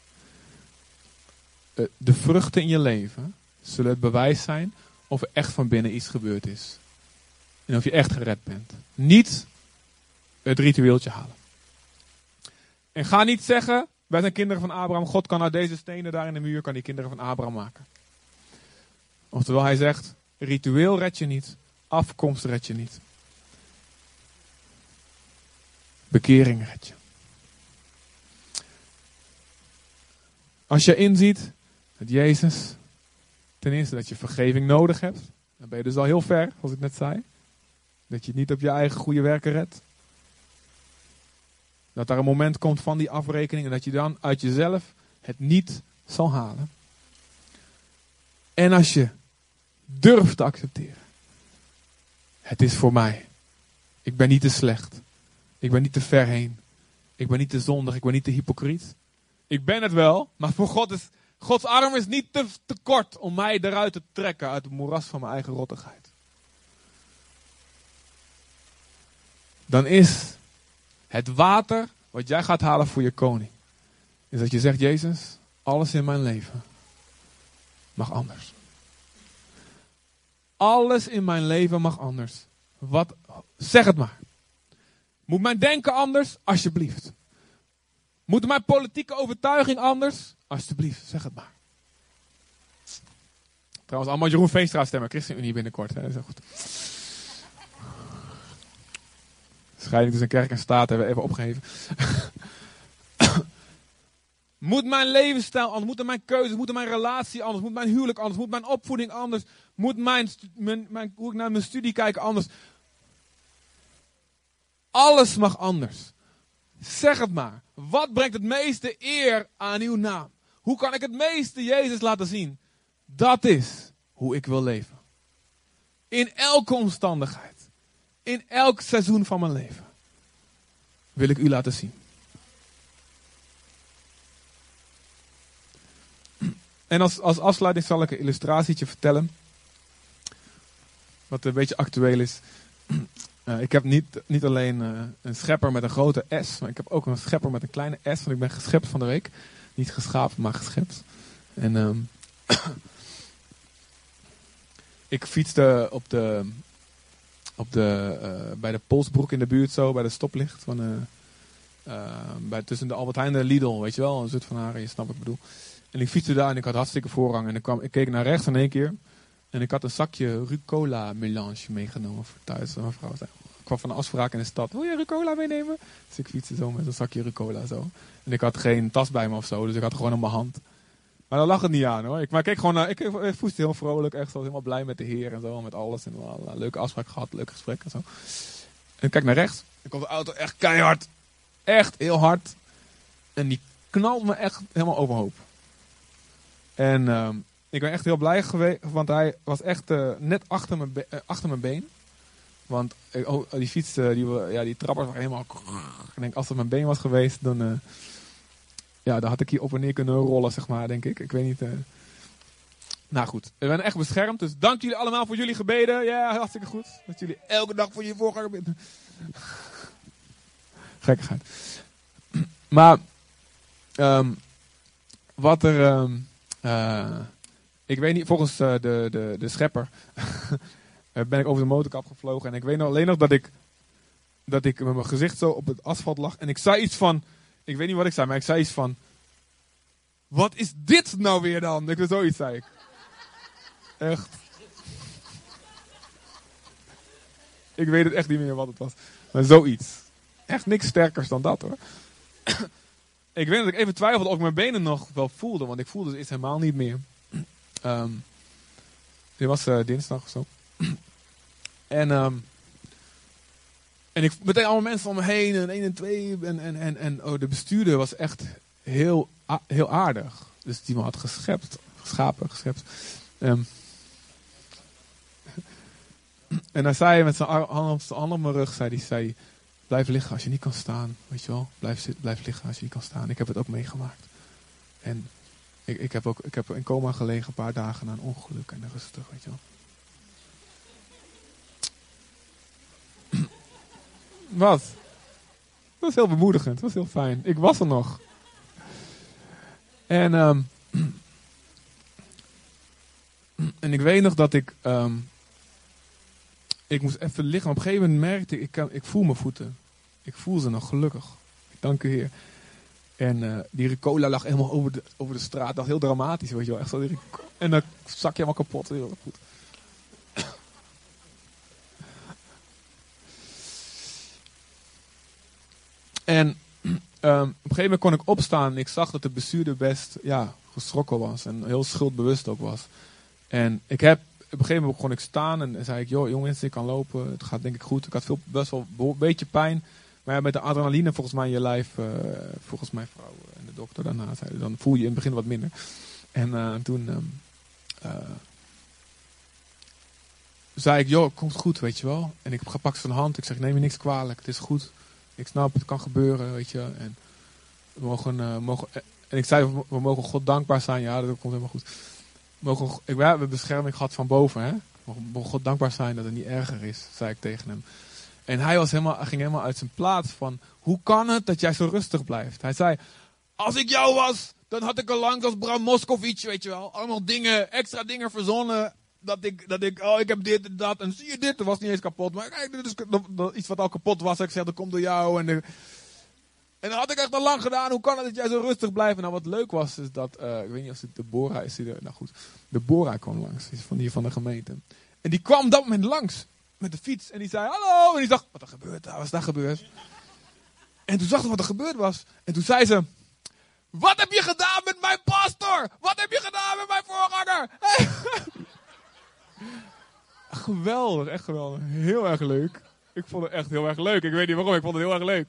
De vruchten in je leven zullen het bewijs zijn of er echt van binnen iets gebeurd is. En of je echt gered bent. Niet het ritueeltje halen. En ga niet zeggen, wij zijn kinderen van Abraham. God kan uit deze stenen daar in de muur, kan die kinderen van Abraham maken. Oftewel hij zegt, ritueel red je niet. Afkomst red je niet. Bekering red je. Als je inziet dat Jezus, ten eerste dat je vergeving nodig hebt. Dan ben je dus al heel ver, zoals ik net zei. Dat je het niet op je eigen goede werken redt. Dat daar een moment komt van die afrekening en dat je dan uit jezelf het niet zal halen. En als je durft te accepteren. Het is voor mij. Ik ben niet te slecht. Ik ben niet te ver heen. Ik ben niet te zondig. Ik ben niet te hypocriet. Ik ben het wel, maar voor God is, Gods arm is niet te, te kort om mij eruit te trekken uit het moeras van mijn eigen rottigheid. Dan is het water wat jij gaat halen voor je koning. Is dat je zegt, Jezus, alles in mijn leven mag anders. Alles in mijn leven mag anders. Wat? Zeg het maar. Moet mijn denken anders? Alsjeblieft. Moet mijn politieke overtuiging anders? Alsjeblieft, zeg het maar. Trouwens, allemaal Jeroen Veenstra stemmen. ChristenUnie binnenkort. Hè? Dat is heel goed. Scheiding tussen kerk en staat hebben we even opgeheven. Moet mijn levensstijl anders? Moeten mijn keuzes? Moeten mijn relatie anders? Moet mijn huwelijk anders? Moet mijn opvoeding anders? Moet mijn, mijn, mijn, hoe ik naar mijn studie kijk anders? Alles mag anders. Zeg het maar. Wat brengt het meeste eer aan uw naam? Hoe kan ik het meeste Jezus laten zien? Dat is hoe ik wil leven. In elke omstandigheid. In elk seizoen van mijn leven. Wil ik u laten zien. En als, als afsluiting zal ik een illustratietje vertellen. Wat een beetje actueel is. Uh, ik heb niet, niet alleen uh, een schepper met een grote S. Maar ik heb ook een schepper met een kleine S. Want ik ben geschept van de week. Niet geschapen, maar geschept. En um, ik fietste op de, op de, uh, bij de Polsbroek in de buurt zo. Bij de stoplicht. Van, uh, uh, bij, tussen de Albert Heijn en de Lidl. Weet je wel. Een soort van haar. Je snapt wat ik bedoel. En ik fietste daar en ik had hartstikke voorrang. En ik, kwam, ik keek naar rechts in één keer. En ik had een zakje rucola melange meegenomen voor thuis. En mijn vrouw zei, ik kwam van een afspraak in de stad. Wil je rucola meenemen? Dus ik fietste zo met een zakje rucola zo. En ik had geen tas bij me of zo. Dus ik had het gewoon op mijn hand. Maar daar lag het niet aan hoor. Ik, maar ik keek gewoon naar, ik, ik voelde heel vrolijk. Echt zo helemaal blij met de Heer en zo. Met alles. En wel een leuke afspraak gehad. Leuk gesprek en zo. En ik kijk naar rechts. En komt de auto echt keihard. Echt heel hard. En die knalt me echt helemaal overhoop. En um, ik ben echt heel blij geweest, want hij was echt uh, net achter mijn, be- uh, achter mijn been. Want uh, oh, die fiets, uh, die, ja, die trappers waren helemaal... Ik denk, als het mijn been was geweest, dan, uh, ja, dan had ik hier op en neer kunnen rollen, zeg maar, denk ik. Ik weet niet... Uh... Nou goed, we zijn echt beschermd. Dus dank jullie allemaal voor jullie gebeden. Ja, hartstikke goed. Dat jullie elke dag voor je voorganger bidden. Gekkigheid. Maar, um, wat er... Um, Uh, ik weet niet, volgens uh, de, de, de schepper ben ik over de motorkap gevlogen. En ik weet nog, alleen nog dat ik, dat ik met mijn gezicht zo op het asfalt lag. En ik zei iets van, ik weet niet wat ik zei, maar ik zei iets van, wat is dit nou weer dan? Ik weet zoiets, zei ik. Echt. Ik weet het echt niet meer wat het was. Maar zoiets. Echt niks sterkers dan dat, hoor. Ik weet dat ik even twijfelde of ik mijn benen nog wel voelde. Want ik voelde ze eerst helemaal niet meer. Um, dit was uh, dinsdag of zo. en, um, en ik meteen allemaal mensen om me heen. En één en twee. En, en, en, en oh, de bestuurder was echt heel, a- heel aardig. Dus die me had geschept. Geschapen, geschept. Um, en hij zei met zijn hand op mijn rug. Zei, die, zei, blijf liggen als je niet kan staan. Weet je wel. Blijf, zit, blijf liggen als je niet kan staan. Ik heb het ook meegemaakt. En ik, ik, heb ook, ik heb in coma gelegen een paar dagen na een ongeluk. En rustig, weet je wel. Wat? Dat was heel bemoedigend. Dat was heel fijn. Ik was er nog. En, um, en ik weet nog dat ik... Um, ik moest even liggen. Op een gegeven moment merkte ik... Ik, kan, ik voel mijn voeten. Ik voel ze nog, gelukkig. Ik dank u, Heer. En uh, die Ricola lag helemaal over de, over de straat. Dat was heel dramatisch, weet je wel. Echt zo die, en dan zak je helemaal kapot. Heel goed. En um, op een gegeven moment kon ik opstaan. En ik zag dat de bestuurder best ja, geschrokken was. En heel schuldbewust ook was. En ik heb, op een gegeven moment kon ik staan. En zei ik, joh jongens, ik kan lopen. Het gaat denk ik goed. Ik had veel, best wel een beetje pijn. Maar ja, met de adrenaline volgens mij in je lijf, uh, volgens mijn vrouw en de dokter daarna zeiden, dan voel je in het begin wat minder. En uh, toen um, uh, zei ik, joh, komt goed, weet je wel. En ik pak zijn hand, ik zeg, neem je niks kwalijk, het is goed. Ik snap, het kan gebeuren, weet je. En, we mogen, uh, mogen, en ik zei, we mogen God dankbaar zijn, ja, dat komt helemaal goed. We, mogen, ik, we hebben bescherming gehad van boven, hè. We mogen God dankbaar zijn dat het niet erger is, zei ik tegen hem. En hij was helemaal, ging helemaal uit zijn plaats van, hoe kan het dat jij zo rustig blijft? Hij zei, als ik jou was, dan had ik al lang als Bram Moskowitz, weet je wel. Allemaal dingen, extra dingen verzonnen. Dat ik, dat ik, oh ik heb dit en dat. En zie je dit, dat was niet eens kapot. Maar kijk, dit is dat, dat, iets wat al kapot was. Ik zeg, dat komt door jou. En, de, en dat had ik echt al lang gedaan. Hoe kan het dat jij zo rustig blijft? Nou, wat leuk was, is dat, uh, ik weet niet of het Deborah is. Die er, nou goed, Deborah kwam langs. Die is van hier van de gemeente. En die kwam op dat moment langs. Met de fiets. En die zei, hallo. En die dacht, wat er gebeurt daar? Wat is daar gebeurd? En toen zag ze wat er gebeurd was. En toen zei ze, wat heb je gedaan met mijn pastor? Wat heb je gedaan met mijn voorganger? Hey. Geweldig, echt geweldig. Heel erg leuk. Ik vond het echt heel erg leuk. Ik weet niet waarom, ik vond het heel erg leuk.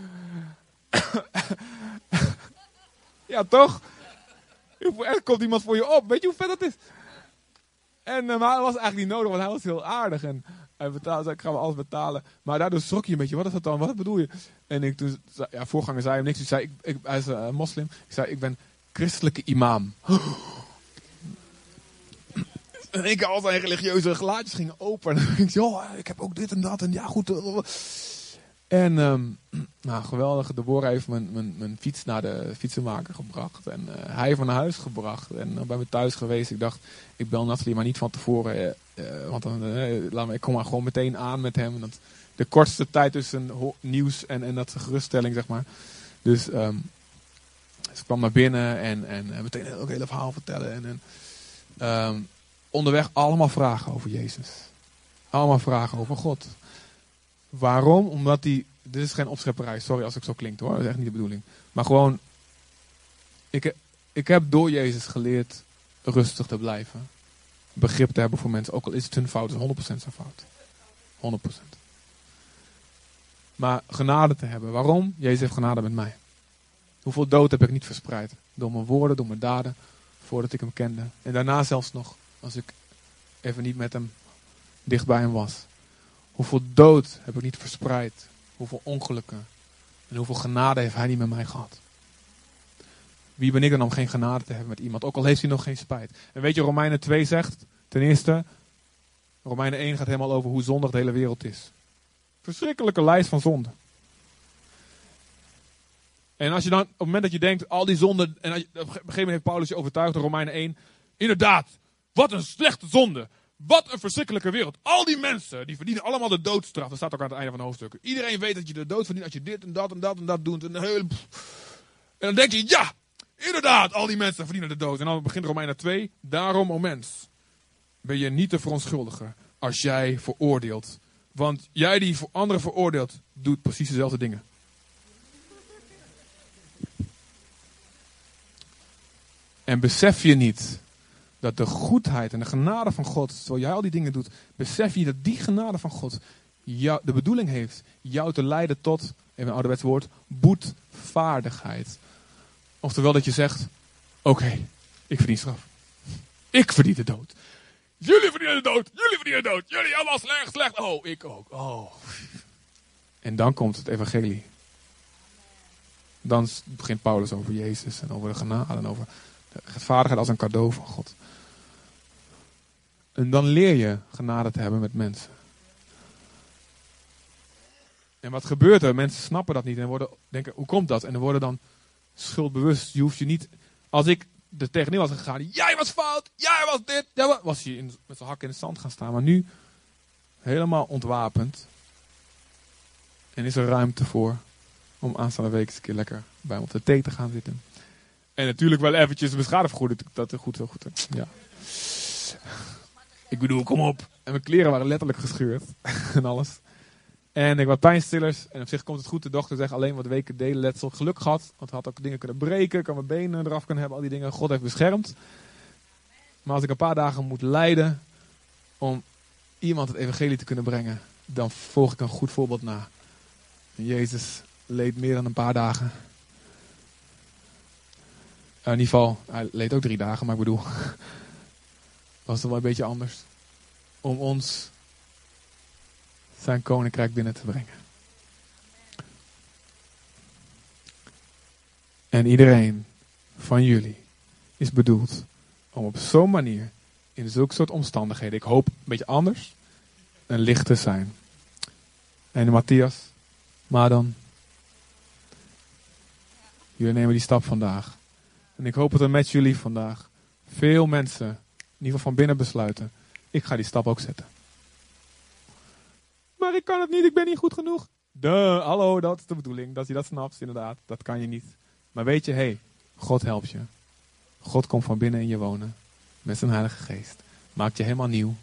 Ja, toch? Er komt iemand voor je op. Weet je hoe vet dat is? En, uh, maar dat was eigenlijk niet nodig, want hij was heel aardig. En hij betaalde, zei, ik ga wel alles betalen. Maar daardoor schrok je een beetje. Wat is dat dan? Wat bedoel je? En ik toen, ja, voorganger zei hem niks. Ik zei, ik, ik, hij is uh, moslim. Ik zei, ik ben christelijke imam. En ik al zijn religieuze glaadjes gingen open. En ik zei, oh, ik heb ook dit en dat. En ja, goed. En, um, nou, geweldig. Deborah heeft mijn, mijn, mijn fiets naar de fietsenmaker gebracht. En uh, hij heeft me naar huis gebracht. En uh, bij me thuis geweest. Ik dacht, ik bel Nathalie maar niet van tevoren. Uh, uh, want dan, uh, laat me, ik kom maar gewoon meteen aan met hem. En dat, de kortste tijd tussen ho- nieuws en, en dat geruststelling, zeg maar. Dus, um, dus ik kwam naar binnen en, en uh, meteen ook het hele verhaal vertellen. En, en um, onderweg allemaal vragen over Jezus. Allemaal vragen over God. Waarom? Omdat die... Dit is geen opschepperij, sorry als ik zo klinkt hoor. Dat is echt niet de bedoeling. Maar gewoon... Ik, ik heb door Jezus geleerd rustig te blijven. Begrip te hebben voor mensen. Ook al is het hun fout, is honderd procent zijn fout. honderd procent. Maar genade te hebben. Waarom? Jezus heeft genade met mij. Hoeveel dood heb ik niet verspreid? Door mijn woorden, door mijn daden. Voordat ik hem kende. En daarna zelfs nog. Als ik even niet met hem dicht bij hem was. Hoeveel dood heb ik niet verspreid. Hoeveel ongelukken. En hoeveel genade heeft hij niet met mij gehad. Wie ben ik dan om geen genade te hebben met iemand. Ook al heeft hij nog geen spijt. En weet je, Romeinen twee zegt. Ten eerste. Romeinen één gaat helemaal over hoe zondig de hele wereld is. Verschrikkelijke lijst van zonden. En als je dan, op het moment dat je denkt, al die zonden. En als je, op een gegeven moment heeft Paulus je overtuigd in Romeinen één. Inderdaad. Wat een slechte zonde. Wat een verschrikkelijke wereld. Al die mensen, die verdienen allemaal de doodstraf. Dat staat ook aan het einde van de hoofdstukken. Iedereen weet dat je de dood verdient als je dit en dat en dat en dat doet. En, heel... en dan denk je, ja, inderdaad, al die mensen verdienen de dood. En dan begint Romeinen twee. Daarom, o mens, ben je niet te verontschuldigen als jij veroordeelt. Want jij die voor anderen veroordeelt, doet precies dezelfde dingen. En besef je niet dat de goedheid en de genade van God, terwijl jij al die dingen doet, besef je dat die genade van God jou, de bedoeling heeft jou te leiden tot, even een ouderwets woord, boetvaardigheid. Oftewel dat je zegt, oké, okay, ik verdien straf. Ik verdien de dood. Jullie verdienen de dood. Jullie verdienen de dood. Jullie allemaal slecht, slecht. Oh, ik ook. Oh. En dan komt het evangelie. Dan begint Paulus over Jezus en over de genade en over de rechtvaardigheid als een cadeau van God. En dan leer je genade te hebben met mensen. En wat gebeurt er? Mensen snappen dat niet en worden, denken, hoe komt dat? En dan worden dan schuldbewust. Je hoeft je niet, als ik er tegenin was gegaan, jij was fout, jij was dit, jij was, was je in, met zijn hak in het zand gaan staan. Maar nu helemaal ontwapend. En is er ruimte voor om aanstaande week eens een keer lekker bij hem op de thee te gaan zitten. En natuurlijk wel eventjes mijn schade vergoeden. Dat is goed, heel goed. Ja. Ik bedoel, kom op. En mijn kleren waren letterlijk gescheurd. En alles. En ik had pijnstillers. En op zich komt het goed. De dochter zegt alleen wat weken delen letsel. Geluk gehad. Want had ook dingen kunnen breken. Ik had mijn benen eraf kunnen hebben. Al die dingen. God heeft beschermd. Maar als ik een paar dagen moet lijden. Om iemand het evangelie te kunnen brengen. Dan volg ik een goed voorbeeld na. En Jezus leed meer dan een paar dagen. Uh, in ieder geval, hij leed ook drie dagen. Maar ik bedoel. Was het wel een beetje anders. Om ons zijn koninkrijk binnen te brengen. En iedereen van jullie is bedoeld om op zo'n manier, in zulke soort omstandigheden, ik hoop een beetje anders, een licht te zijn. En Matthias, Madon, jullie nemen die stap vandaag. En ik hoop dat er met jullie vandaag veel mensen, in ieder geval van binnen besluiten, ik ga die stap ook zetten. Maar ik kan het niet, ik ben niet goed genoeg. Duh, hallo, dat is de bedoeling. Dat je dat snapt, inderdaad. Dat kan je niet. Maar weet je, hé, hey, God helpt je. God komt van binnen in je wonen. Met zijn Heilige Geest. Maakt je helemaal nieuw.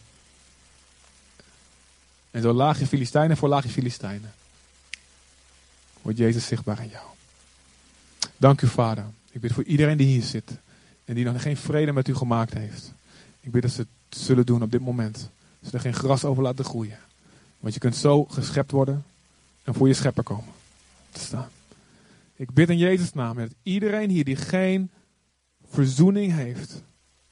En zo laag je Filistijnen voor laag je Filistijnen. Wordt Jezus zichtbaar in jou. Dank u, Vader. Ik bid voor iedereen die hier zit. En die nog geen vrede met u gemaakt heeft. Ik bid dat ze het zullen doen op dit moment. Dat ze er geen gras over laten groeien. Want je kunt zo geschept worden en voor je schepper komen te staan. Ik bid in Jezus' naam dat iedereen hier die geen verzoening heeft.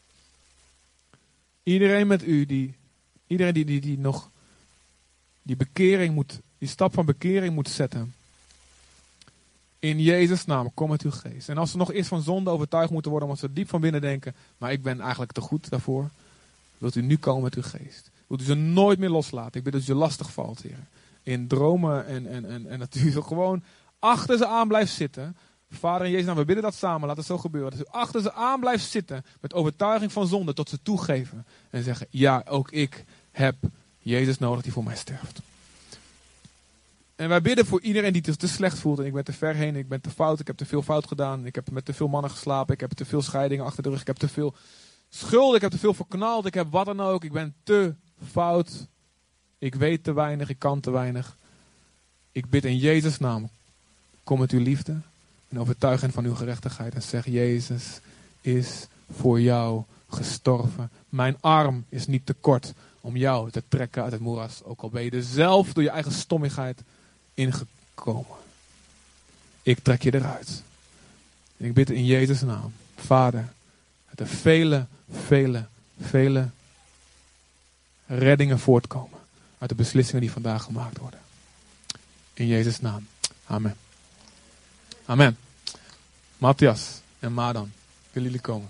Iedereen met u, die, iedereen die, die, die nog die bekering moet, die stap van bekering moet zetten. In Jezus' naam, kom met uw geest. En als ze nog eerst van zonde overtuigd moeten worden, omdat ze diep van binnen denken, maar ik ben eigenlijk te goed daarvoor. Wilt u nu komen met uw geest. Wilt u ze nooit meer loslaten. Ik bid dat u ze lastig valt, Heer. In dromen en, en, en, en dat u gewoon achter ze aan blijft zitten. Vader in Jezus' naam, we bidden dat samen. Laat het zo gebeuren. Dat u achter ze aan blijft zitten met overtuiging van zonde tot ze toegeven. En zeggen, ja, ook ik heb Jezus nodig die voor mij sterft. En wij bidden voor iedereen die het te slecht voelt. En ik ben te ver heen, ik ben te fout, ik heb te veel fout gedaan. Ik heb met te veel mannen geslapen, ik heb te veel scheidingen achter de rug. Ik heb te veel schuld, ik heb te veel verknald, ik heb wat dan ook. Ik ben te fout. Ik weet te weinig, ik kan te weinig. Ik bid in Jezus' naam, kom met uw liefde en overtuig hen van uw gerechtigheid. En zeg, Jezus is voor jou gestorven. Mijn arm is niet te kort om jou te trekken uit het moeras. Ook al ben je er zelf door je eigen stommigheid ingekomen. Ik trek je eruit. En ik bid in Jezus' naam, Vader, dat er vele, vele, vele reddingen voortkomen uit de beslissingen die vandaag gemaakt worden. In Jezus' naam. Amen. Amen. Matthias en Madan, willen jullie komen?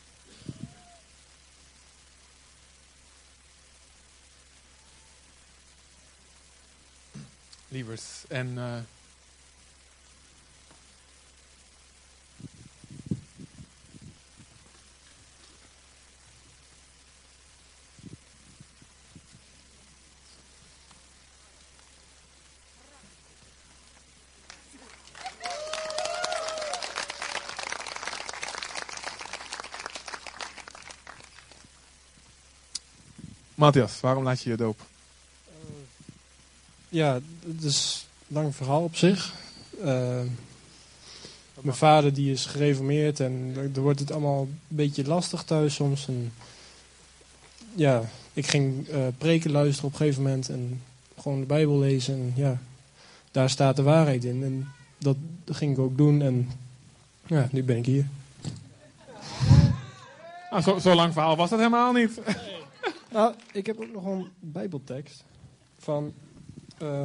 Lievers. En uh, Matthias, waarom laat je je dopen? Ja, het is een lang verhaal op zich. Uh, mijn vader die is gereformeerd en er wordt het allemaal een beetje lastig thuis soms. En ja, ik ging uh, preken luisteren op een gegeven moment en gewoon de Bijbel lezen. En ja, daar staat de waarheid in. En dat ging ik ook doen en ja, nu ben ik hier. Ah, zo, zo lang verhaal was dat helemaal niet. Nou, ik heb ook nog een Bijbeltekst van uh,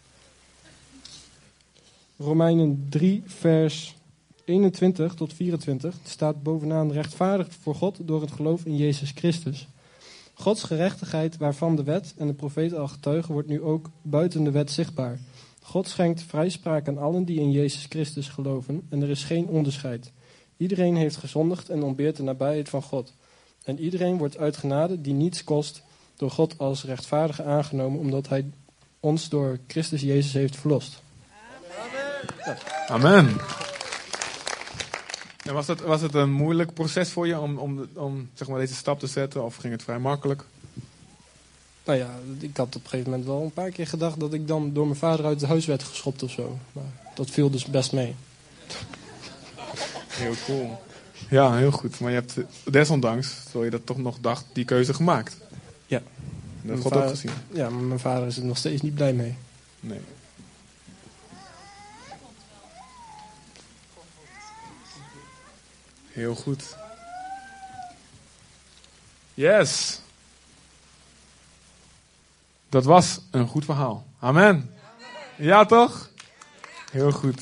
Romeinen drie, vers eenentwintig tot vierentwintig. Het staat bovenaan: rechtvaardig voor God door het geloof in Jezus Christus. Gods gerechtigheid, waarvan de wet en de profeten al getuigen, wordt nu ook buiten de wet zichtbaar. God schenkt vrijspraak aan allen die in Jezus Christus geloven en er is geen onderscheid. Iedereen heeft gezondigd en ontbeert de nabijheid van God. En iedereen wordt uit genade die niets kost door God als rechtvaardige aangenomen, omdat hij ons door Christus Jezus heeft verlost. Amen. Amen. En was het, was het een moeilijk proces voor je om, om, om zeg maar, deze stap te zetten of ging het vrij makkelijk? Nou ja, ik had op een gegeven moment wel een paar keer gedacht dat ik dan door mijn vader uit het huis werd geschopt of zo. Maar dat viel dus best mee. Heel cool. Ja, heel goed. Maar je hebt desondanks, zoals je dat toch nog dacht, die keuze gemaakt. Ja. Dat heeft God ook gezien. Ja, maar mijn vader is er nog steeds niet blij mee. Nee. Heel goed. Yes. Dat was een goed verhaal. Amen. Ja, toch? Heel goed.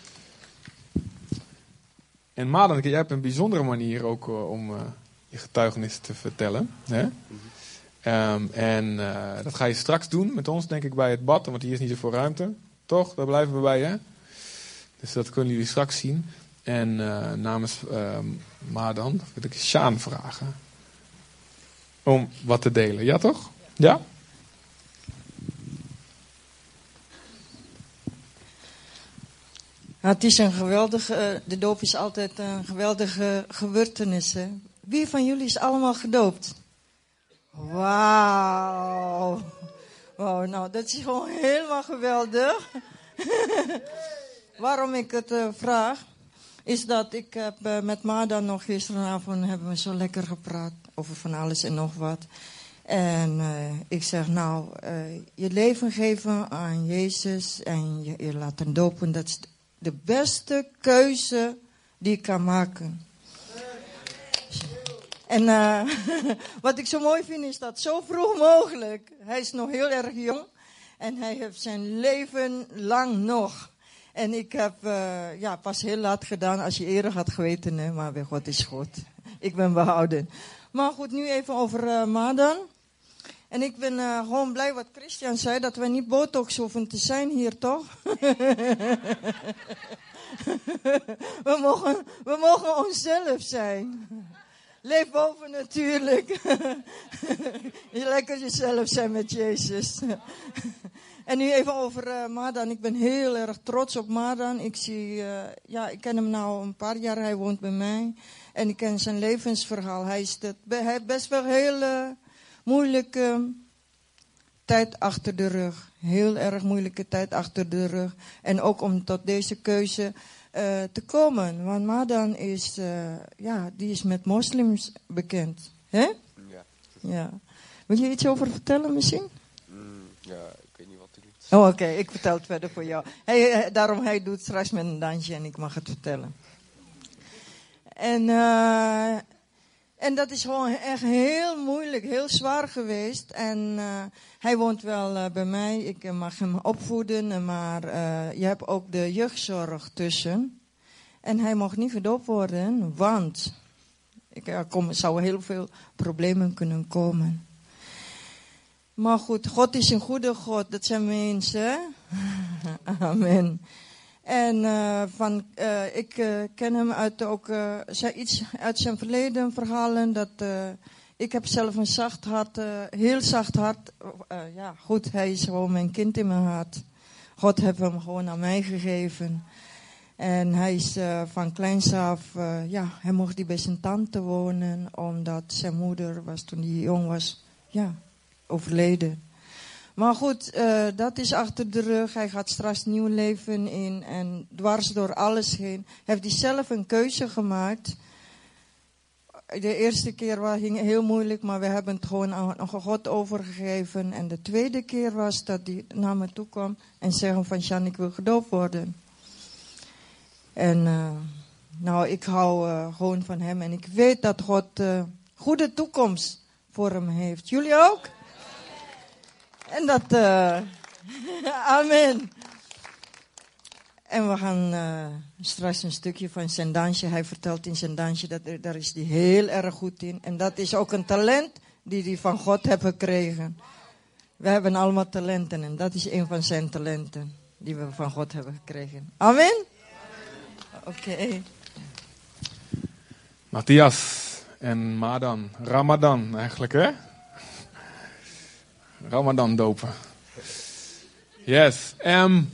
En Madan, jij hebt een bijzondere manier ook uh, om uh, je getuigenis te vertellen. Hè? Um, en uh, dat ga je straks doen met ons, denk ik, bij het bad. Want hier is niet zoveel ruimte. Toch? Daar blijven we bij, hè? Dus dat kunnen jullie straks zien. En uh, namens uh, Madan wil ik Sjaan vragen om wat te delen. Ja, toch? Ja? Ja, het is een geweldige, de doop is altijd een geweldige gebeurtenis. Hè? Wie van jullie is allemaal gedoopt? Wauw. Wow, nou, dat is gewoon helemaal geweldig. Waarom ik het uh, vraag, is dat ik heb uh, met Madan nog gisteravond hebben we zo lekker gepraat over van alles en nog wat. En uh, ik zeg nou, uh, je leven geven aan Jezus en je, je laten dopen, dat is de beste keuze die ik kan maken. En uh, wat ik zo mooi vind is dat zo vroeg mogelijk. Hij is nog heel erg jong. En hij heeft zijn leven lang nog. En ik heb uh, ja, pas heel laat gedaan als je eerder had geweten. Hè? Maar bij God is goed. Ik ben behouden. Maar goed, nu even over uh, Madan. En ik ben uh, gewoon blij wat Christian zei. Dat we niet botox hoeven te zijn hier, toch? we, mogen, we mogen onszelf zijn. Leef boven natuurlijk. Je lekker jezelf zijn met Jezus. En nu even over uh, Madan. Ik ben heel erg trots op Madan. Ik zie, uh, ja, ik ken hem nou een paar jaar. Hij woont bij mij. En ik ken zijn levensverhaal. Hij, is dat, hij heeft best wel heel uh, moeilijke tijd achter de rug. Heel erg moeilijke tijd achter de rug. En ook om tot deze keuze Uh, te komen. Want Madan is, uh, ja, die is met moslims bekend. Hè? Ja. Ja. Wil je iets over vertellen misschien? Mm, ja, ik weet niet wat hij doet. Oh, oké. Okay. Ik vertel het verder voor jou. Hij, hij, daarom hij doet straks met een dansje en ik mag het vertellen. En, uh, en dat is gewoon echt heel moeilijk, heel zwaar geweest. En uh, hij woont wel uh, bij mij. Ik uh, mag hem opvoeden, maar uh, je hebt ook de jeugdzorg tussen. En hij mocht niet gedoopt worden, want ik, er kom, zou heel veel problemen kunnen komen. Maar goed, God is een goede God, dat zijn mensen. Amen. En uh, van, uh, ik uh, ken hem uit ook uh, zijn, iets uit zijn verleden verhalen. Dat, uh, ik heb zelf een zacht hart, uh, heel zacht hart. Uh, ja, goed, hij is gewoon mijn kind in mijn hart. God heeft hem gewoon aan mij gegeven. En hij is uh, van kleins af, uh, ja, hij mocht hij bij zijn tante wonen. Omdat zijn moeder was toen hij jong was, ja, overleden. Maar goed, uh, dat is achter de rug. Hij gaat straks nieuw leven in. En dwars door alles heen heeft hij zelf een keuze gemaakt. De eerste keer was het heel moeilijk, maar we hebben het gewoon aan God overgegeven. En de tweede keer was dat hij naar me toe kwam en zei van Sjan, ik wil gedoopt worden. En uh, nou, ik hou uh, gewoon van hem. En ik weet dat God een uh, goede toekomst voor hem heeft. Jullie ook? En dat, uh, amen. En we gaan uh, straks een stukje van zijn dansje. Hij vertelt in zijn dansje, dat er, daar is hij heel erg goed in. En dat is ook een talent die hij van God heeft gekregen. We hebben allemaal talenten en dat is een van zijn talenten die we van God hebben gekregen. Amen? Oké. Okay. Matthias en Madan. Ramadan eigenlijk, hè? Ramadan dopen. Yes. Um,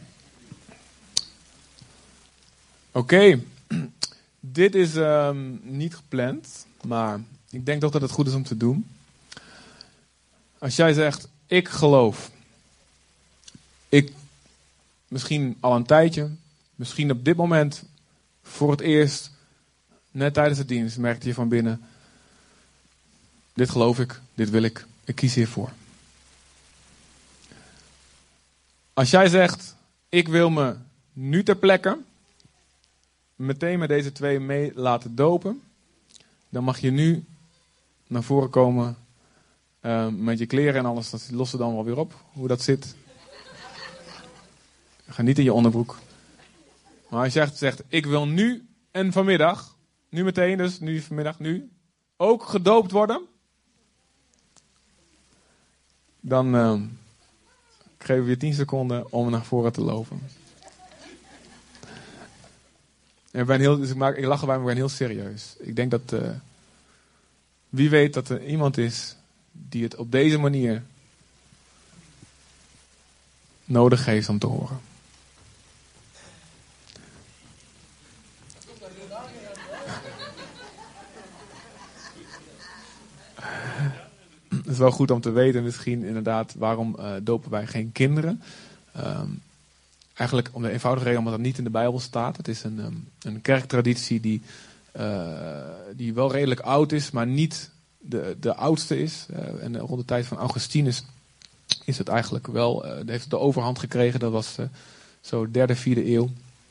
Oké. Okay. Dit is um, niet gepland, maar ik denk toch dat het goed is om te doen. Als jij zegt, ik geloof. Ik, misschien al een tijdje, misschien op dit moment voor het eerst, net tijdens de dienst, merkte je van binnen, dit geloof ik, dit wil ik, ik kies hiervoor. Als jij zegt, ik wil me nu ter plekke meteen met deze twee mee laten dopen, dan mag je nu naar voren komen uh, met je kleren en alles. Dat lossen dan wel weer op, hoe dat zit. Ga niet in je onderbroek. Maar als jij zegt, ik wil nu en vanmiddag, nu meteen dus, nu vanmiddag, nu, ook gedoopt worden, dan uh, geven we je tien seconden om naar voren te lopen. En ik ben heel, dus ik, maak, ik lach erbij, maar ik ben heel serieus. Ik denk dat, uh, wie weet dat er iemand is die het op deze manier nodig heeft om te horen. Het is wel goed om te weten misschien inderdaad waarom uh, dopen wij geen kinderen. Um, eigenlijk om de eenvoudige reden omdat dat niet in de Bijbel staat. Het is een, um, een kerktraditie die, uh, die wel redelijk oud is, maar niet de, de oudste is. Uh, en rond de tijd van Augustinus is het eigenlijk wel, uh, heeft het de overhand gekregen. Dat was uh, zo derde, vierde eeuw.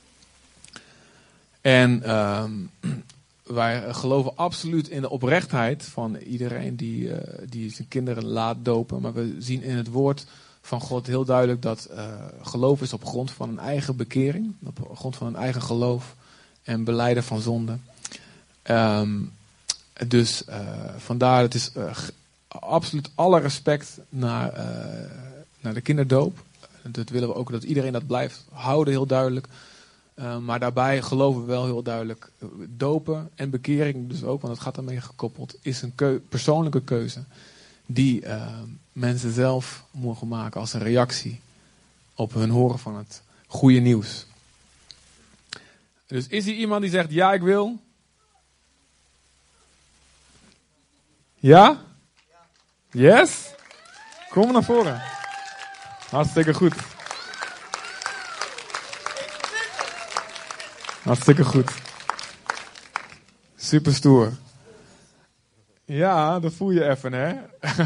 En um, wij geloven absoluut in de oprechtheid van iedereen die, uh, die zijn kinderen laat dopen. Maar we zien in het woord van God heel duidelijk dat uh, geloof is op grond van een eigen bekering. Op grond van een eigen geloof en belijden van zonde. Um, dus uh, vandaar, het is uh, absoluut alle respect naar, uh, naar de kinderdoop. Dat willen we ook, dat iedereen dat blijft houden, heel duidelijk. Uh, maar daarbij geloven we wel heel duidelijk, uh, dopen en bekering dus ook, want het gaat daarmee gekoppeld, is een keu- persoonlijke keuze die uh, mensen zelf mogen maken als een reactie op hun horen van het goede nieuws. Dus is er iemand die zegt, ja, ik wil? Ja? Yes? Kom naar voren. Hartstikke goed. Hartstikke goed. Super stoer. Ja, dat voel je even, hè?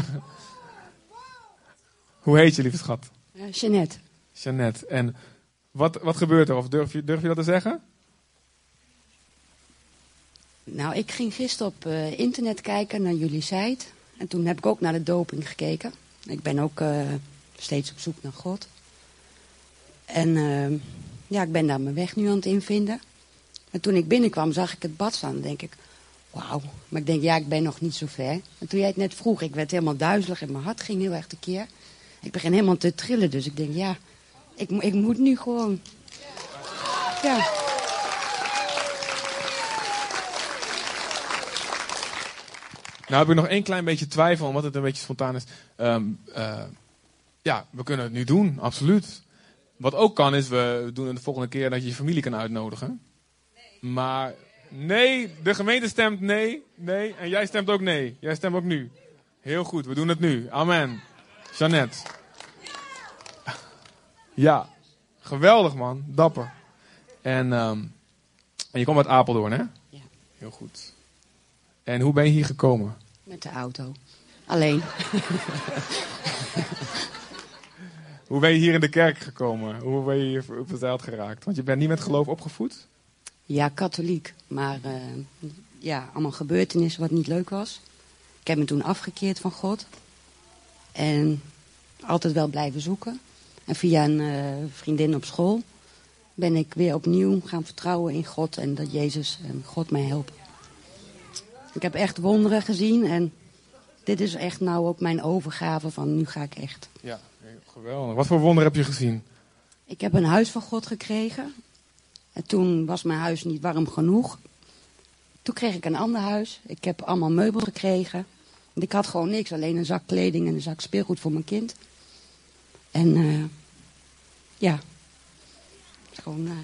Hoe heet je, lieve schat? Uh, Jeannette. Jeannette. En wat, wat gebeurt er? Of durf je, durf je dat te zeggen? Nou, ik ging gisteren op uh, internet kijken naar jullie site. En toen heb ik ook naar de doping gekeken. Ik ben ook uh, steeds op zoek naar God. En uh, ja, ik ben daar mijn weg nu aan het invinden. En toen ik binnenkwam, zag ik het bad staan. Dan denk ik, wauw. Maar ik denk, ja, ik ben nog niet zo ver. En toen jij het net vroeg, ik werd helemaal duizelig en mijn hart ging heel erg tekeer. Ik begin helemaal te trillen, dus ik denk, ja, ik, ik moet nu gewoon. Ja. Nou heb ik nog één klein beetje twijfel, omdat het een beetje spontaan is. Um, uh, ja, we kunnen het nu doen, absoluut. Wat ook kan is, we doen het de volgende keer dat je je familie kan uitnodigen. Nee. Maar nee, de gemeente stemt nee, nee. En jij stemt ook nee. Jij stemt ook nu. Heel goed, we doen het nu. Amen. Jeannette. Ja, geweldig man, dapper. En, um, en je komt uit Apeldoorn, hè? Ja. Heel goed. En hoe ben je hier gekomen? Met de auto. Alleen. Hoe ben je hier in de kerk gekomen? Hoe ben je hier verzeild geraakt? Want je bent niet met geloof opgevoed? Ja, katholiek. Maar uh, ja, allemaal gebeurtenissen wat niet leuk was. Ik heb me toen afgekeerd van God. En altijd wel blijven zoeken. En via een uh, vriendin op school ben ik weer opnieuw gaan vertrouwen in God. En dat Jezus en God mij helpen. Ik heb echt wonderen gezien. En dit is echt nou ook mijn overgave van nu ga ik echt. Ja, geweldig. Wat voor wonder heb je gezien? Ik heb een huis van God gekregen. En toen was mijn huis niet warm genoeg. Toen kreeg ik een ander huis. Ik heb allemaal meubels gekregen. Want ik had gewoon niks. Alleen een zak kleding en een zak speelgoed voor mijn kind. En uh, ja. Het is gewoon... Uh...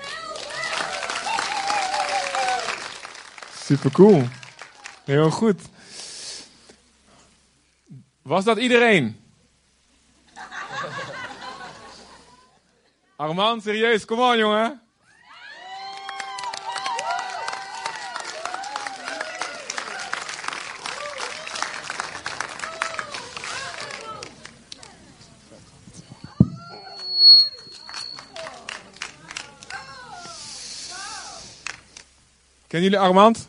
Super cool. Heel goed. Was dat iedereen? Armand, serieus, kom on jongen. Kennen jullie Armand?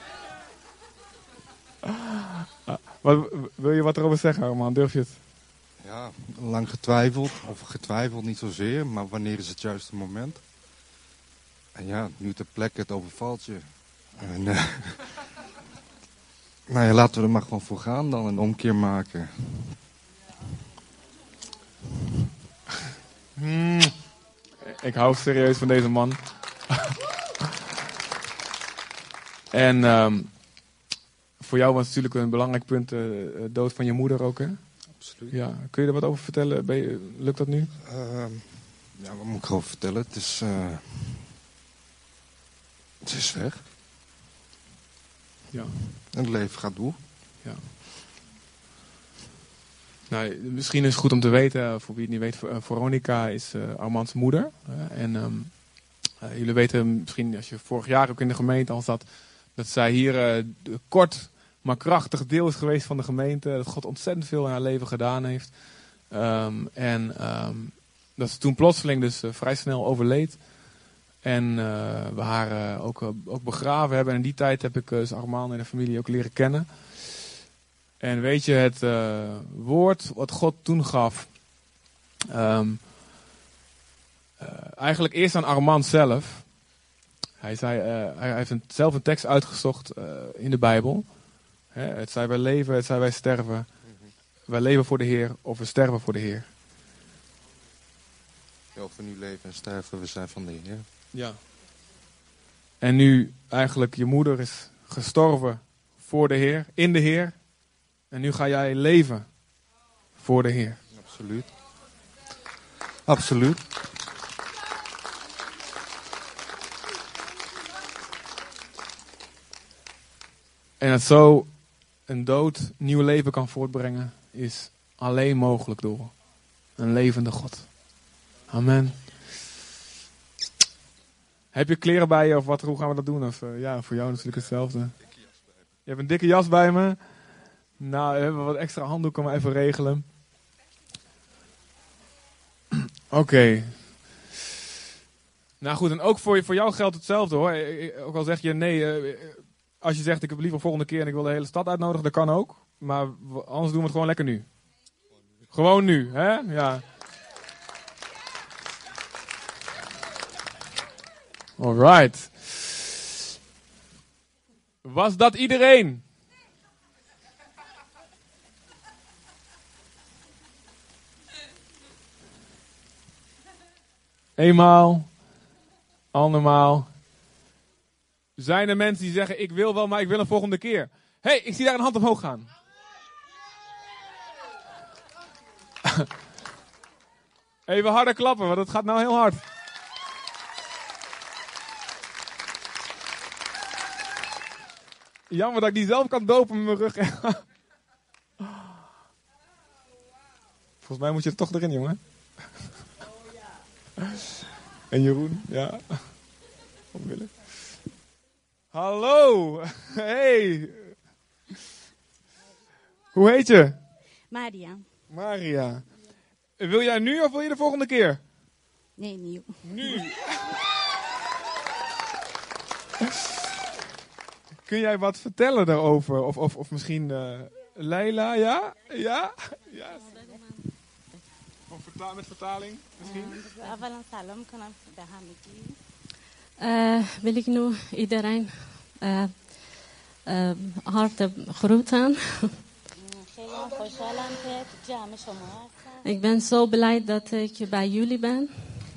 Wat, wil je wat erover zeggen, Armand? Durf je het? Ja, lang getwijfeld. Of getwijfeld niet zozeer, maar wanneer is het juiste moment? En ja, nu ter plekke, het overvalt je. En, uh, nou ja, laten we er maar gewoon voor gaan dan, een omkeer maken. Hmm. Ik hou serieus van deze man. En um, voor jou was het natuurlijk een belangrijk punt de uh, dood van je moeder ook, hè? Absoluut. Ja. Kun je er wat over vertellen? Ben je, lukt dat nu? Uh, ja, wat moet ik erover vertellen? Het is... Uh, het is weg. Ja. En het leven gaat door. Ja. Nou, misschien is het goed om te weten, voor wie het niet weet, Veronica is uh, Armands moeder. Uh, en um, uh, jullie weten misschien, als je vorig jaar ook in de gemeente al zat, dat zij hier uh, kort maar krachtig deel is geweest van de gemeente. Dat God ontzettend veel in haar leven gedaan heeft. Um, en um, dat ze toen plotseling dus uh, vrij snel overleed. En uh, we haar uh, ook, uh, ook begraven hebben. En in die tijd heb ik uh, dus Armand en de familie ook leren kennen. En weet je, het uh, woord wat God toen gaf. Um, uh, eigenlijk eerst aan Armand zelf. Hij, zei, uh, hij heeft een, zelf een tekst uitgezocht uh, in de Bijbel. Hè, het zij wij leven, het zij wij sterven. Mm-hmm. Wij leven voor de Heer of we sterven voor de Heer. Ja, of we nu leven en sterven, we zijn van de Heer. Ja. En nu eigenlijk je moeder is gestorven voor de Heer, in de Heer. En nu ga jij leven voor de Heer. Absoluut. Absoluut. En dat zo een dood nieuw leven kan voortbrengen, is alleen mogelijk door een levende God. Amen. Heb je kleren bij je of wat? Hoe gaan we dat doen? Of, uh, ja, voor jou natuurlijk hetzelfde. Je hebt een dikke jas bij me. Nou, we hebben wat extra handdoeken maar even regelen. Oké. Okay. Nou goed, en ook voor, voor jou geldt hetzelfde hoor. Ook al zeg je nee, uh, als je zegt ik heb liever volgende keer en ik wil de hele stad uitnodigen, dat kan ook. Maar anders doen we het gewoon lekker nu. Gewoon nu, hè? Ja. Alright. Was dat iedereen? Eenmaal, andermaal. Zijn er mensen die zeggen, ik wil wel, maar ik wil een volgende keer. Hé, hey, ik zie daar een hand omhoog gaan. Even harder klappen, want het gaat nou heel hard. Jammer dat ik die zelf kan dopen met mijn rug. Volgens mij moet je er toch erin, jongen. En Jeroen, ja. Onwillig. Hallo. Hey. Hoe heet je? Maria. Maria. Wil jij nu of wil je de volgende keer? Nee, nieuw. Nu. Kun jij wat vertellen daarover? Of, of, of misschien uh, Leila, ja? Ja? Ja. Of verta- met vertaling misschien? Uh, wil ik nu iedereen uh, uh, hartelijk groeten. Ik ben zo blij dat ik bij jullie ben.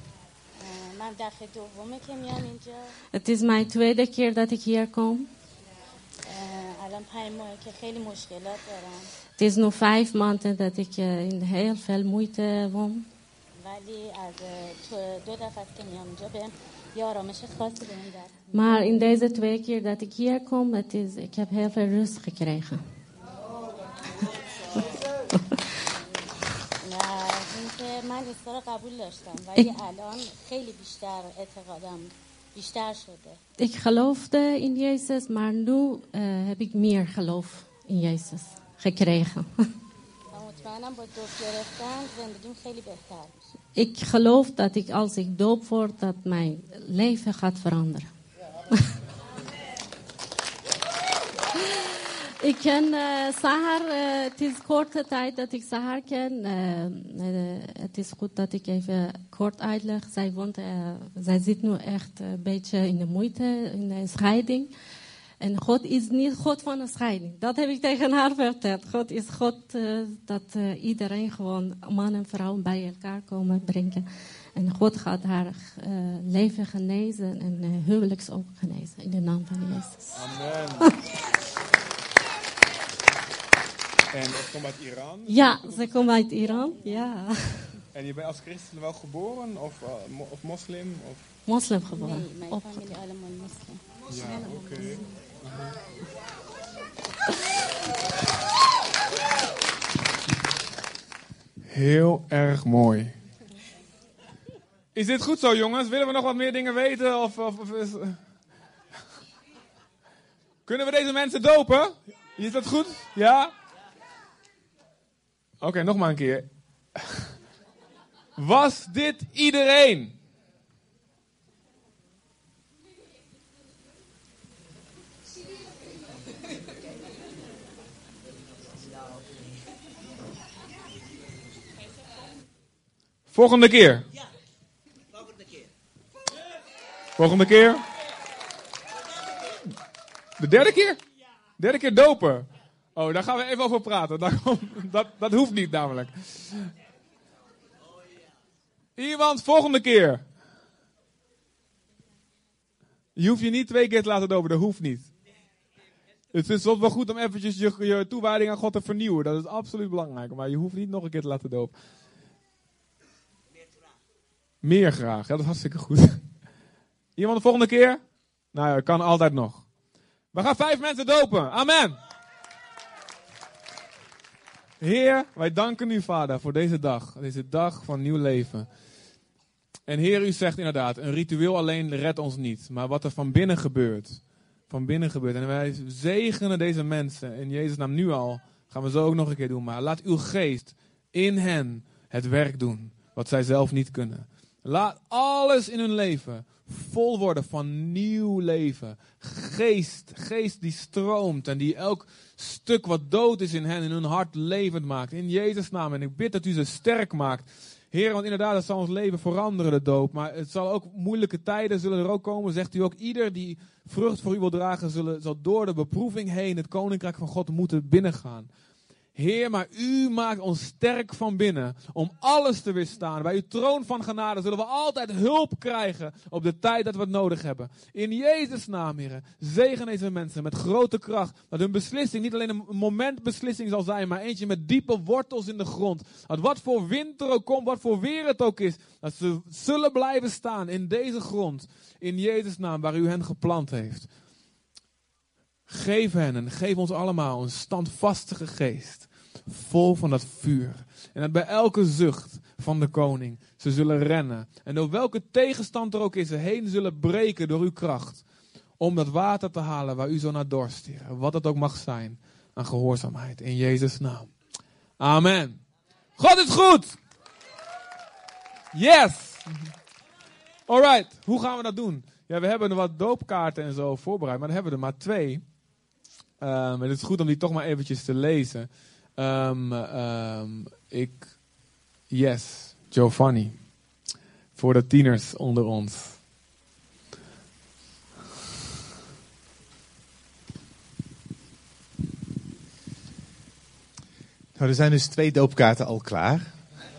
Het is mijn tweede keer dat ik hier kom. Het is nu vijf maanden dat ik uh, in heel veel moeite woon. Maar in deze twee keer dat ik hier kom, het is, ik heb heel veel rust gekregen. Ik, ik geloofde in Jezus, maar nu uh, heb ik meer geloof in Jezus gekregen. Ik geloof dat ik als ik doop word, dat mijn leven gaat veranderen. Ik ken uh, Sahar, uh, het is korte tijd dat ik Sahar ken. Uh, uh, het is goed dat ik even kort uitleg. Zij, woont, uh, zij zit nu echt een beetje in de moeite, in de scheiding. En God is niet God van een scheiding. Dat heb ik tegen haar verteld. God is God uh, dat uh, iedereen gewoon, man en vrouw, bij elkaar komen brengen. En God gaat haar uh, leven genezen en uh, huwelijks ook genezen. In de naam van Jezus. Amen. En ze komt uit Iran? Ja, ze komt uit Iran, ja. En je bent als christen wel geboren of, uh, mo- of moslim? Of? Moslim geboren. Nee, mijn Op... familie allemaal moslim. Ja, oké. Okay. Uh-huh. Heel erg mooi. Is dit goed zo, jongens? Willen we nog wat meer dingen weten? Of, of, of is... Kunnen we deze mensen dopen? Is dat goed? Ja? Oké, okay, nog maar een keer. Was dit iedereen? Volgende keer. Ja, volgende keer. Volgende keer. De derde keer? Derde keer dopen. Oh, daar gaan we even over praten. Dat, dat, dat hoeft niet namelijk. Iemand volgende keer. Je hoeft je niet twee keer te laten dopen, dat hoeft niet. Het is soms wel goed om eventjes je, je toewijding aan God te vernieuwen. Dat is absoluut belangrijk. Maar je hoeft niet nog een keer te laten dopen. Meer graag. Ja, dat is hartstikke goed. Iemand de volgende keer? Nou ja, kan altijd nog. We gaan vijf mensen dopen. Amen. Heer, wij danken u, Vader, voor deze dag. Deze dag van nieuw leven. En Heer, u zegt inderdaad, een ritueel alleen redt ons niet. Maar wat er van binnen gebeurt. Van binnen gebeurt. En wij zegenen deze mensen. In Jezus' naam nu al. Gaan we zo ook nog een keer doen. Maar laat uw geest in hen het werk doen. Wat zij zelf niet kunnen. Laat alles in hun leven vol worden van nieuw leven. Geest, geest die stroomt en die elk stuk wat dood is in hen, in hun hart levend maakt. In Jezus' naam. En ik bid dat u ze sterk maakt. Heer, want inderdaad, het zal ons leven veranderen, de doop. Maar het zal ook moeilijke tijden zullen er ook komen. Zegt u ook, ieder die vrucht voor u wil dragen, zullen, zal door de beproeving heen het koninkrijk van God moeten binnengaan. Heer, maar u maakt ons sterk van binnen om alles te weerstaan. Bij uw troon van genade zullen we altijd hulp krijgen op de tijd dat we het nodig hebben. In Jezus' naam, Heer, zegen deze mensen met grote kracht. Dat hun beslissing niet alleen een momentbeslissing zal zijn, maar eentje met diepe wortels in de grond. Dat wat voor wind er ook komt, wat voor weer het ook is, dat ze zullen blijven staan in deze grond. In Jezus' naam, waar u hen geplant heeft. Geef hen en geef ons allemaal een standvastige geest. vol van dat vuur. En dat bij elke zucht van de koning ze zullen rennen. En door welke tegenstand er ook is, ze heen zullen breken door uw kracht. Om dat water te halen waar u zo naar dorst, Heer. Wat het ook mag zijn aan gehoorzaamheid. In Jezus' naam. Amen. God is goed. Yes. Alright, hoe gaan we dat doen? Ja, we hebben er wat doopkaarten en zo voorbereid, maar dan hebben we er maar twee. Um, en het is goed om die toch maar eventjes te lezen. Um, um, ik, yes, Giovanni. Voor de tieners onder ons. Nou, er zijn dus twee doopkaarten al klaar.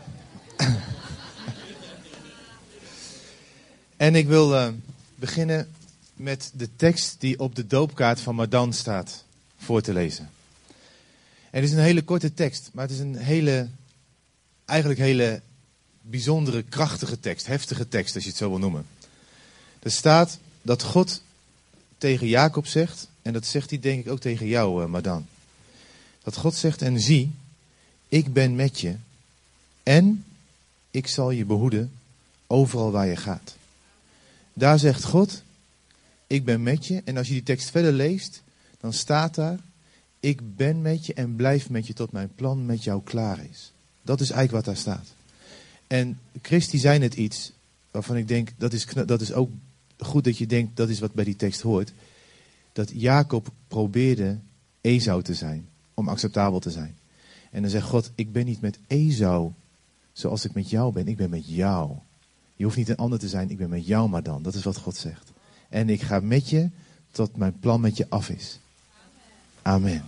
En ik wil uh, beginnen met de tekst die op de doopkaart van Madan staat voor te lezen. En het is een hele korte tekst, maar het is een hele, eigenlijk hele bijzondere, krachtige tekst, heftige tekst als je het zo wil noemen. Er staat dat God tegen Jacob zegt, en dat zegt hij denk ik ook tegen jou, uh, Madan. Dat God zegt, en zie, ik ben met je en ik zal je behoeden overal waar je gaat. Daar zegt God, ik ben met je. En als je die tekst verder leest, dan staat daar, ik ben met je en blijf met je tot mijn plan met jou klaar is. Dat is eigenlijk wat daar staat. En Christy zei net iets waarvan ik denk, dat is, dat is ook goed dat je denkt, dat is wat bij die tekst hoort. Dat Jacob probeerde Esau te zijn, om acceptabel te zijn. En dan zegt God, ik ben niet met Esau zoals ik met jou ben, ik ben met jou. Je hoeft niet een ander te zijn, ik ben met jou maar dan. Dat is wat God zegt. En ik ga met je tot mijn plan met je af is. Amen.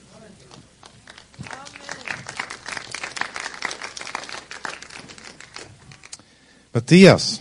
Matthias.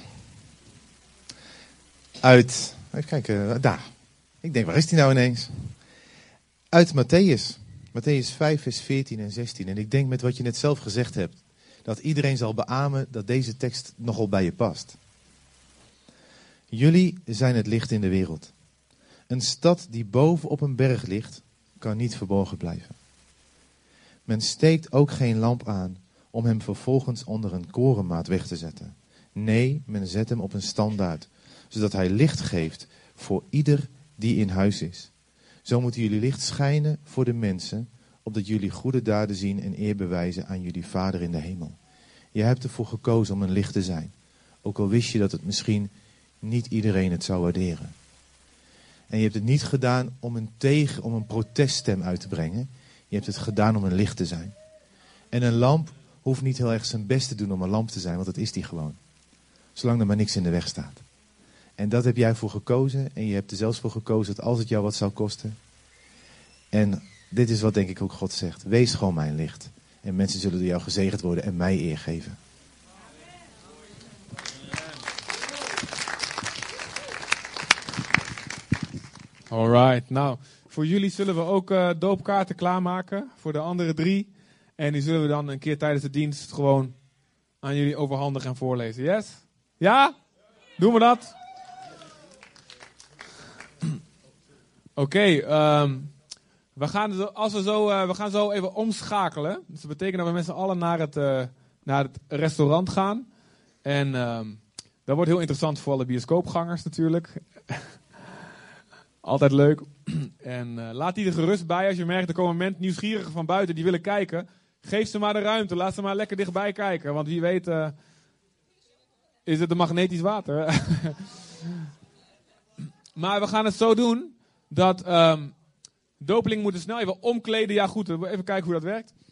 Uit, even kijken, daar. Ik denk, waar is die nou ineens? Uit Matthäus. Matthäus vijf, vers veertien en zestien. En ik denk met wat je net zelf gezegd hebt, dat iedereen zal beamen dat deze tekst nogal bij je past. Jullie zijn het licht in de wereld. Een stad die boven op een berg ligt, kan niet verborgen blijven. Men steekt ook geen lamp aan om hem vervolgens onder een korenmaat weg te zetten. Nee, men zet hem op een standaard, zodat hij licht geeft voor ieder die in huis is. Zo moeten jullie licht schijnen voor de mensen, opdat jullie goede daden zien en eer bewijzen aan jullie Vader in de hemel. Je hebt ervoor gekozen om een licht te zijn, ook al wist je dat het misschien niet iedereen het zou waarderen. En je hebt het niet gedaan om een tegen, om een proteststem uit te brengen. Je hebt het gedaan om een licht te zijn. En een lamp hoeft niet heel erg zijn best te doen om een lamp te zijn, want dat is die gewoon. Zolang er maar niks in de weg staat. En dat heb jij voor gekozen. En je hebt er zelfs voor gekozen dat als het jou wat zou kosten. En dit is wat denk ik ook God zegt. Wees gewoon mijn licht. En mensen zullen door jou gezegend worden en mij eer geven. Alright, nou, voor jullie zullen we ook uh, doopkaarten klaarmaken. Voor de andere drie. En die zullen we dan een keer tijdens de dienst gewoon aan jullie overhandigen en voorlezen. Yes? Ja? Doen we dat? Oké, okay, um, we, gaan als we, zo, uh, we gaan zo even omschakelen. Dus dat betekent dat we met z'n allen naar het, uh, naar het restaurant gaan. En um, dat wordt heel interessant voor alle bioscoopgangers natuurlijk. Altijd leuk. En uh, laat die er gerust bij als je merkt, er komen mensen nieuwsgierigen van buiten die willen kijken. Geef ze maar de ruimte, laat ze maar lekker dichtbij kijken. Want wie weet uh, is het een magnetisch water. Maar we gaan het zo doen dat um, dopelingen moeten snel even omkleden. Ja goed, even kijken hoe dat werkt.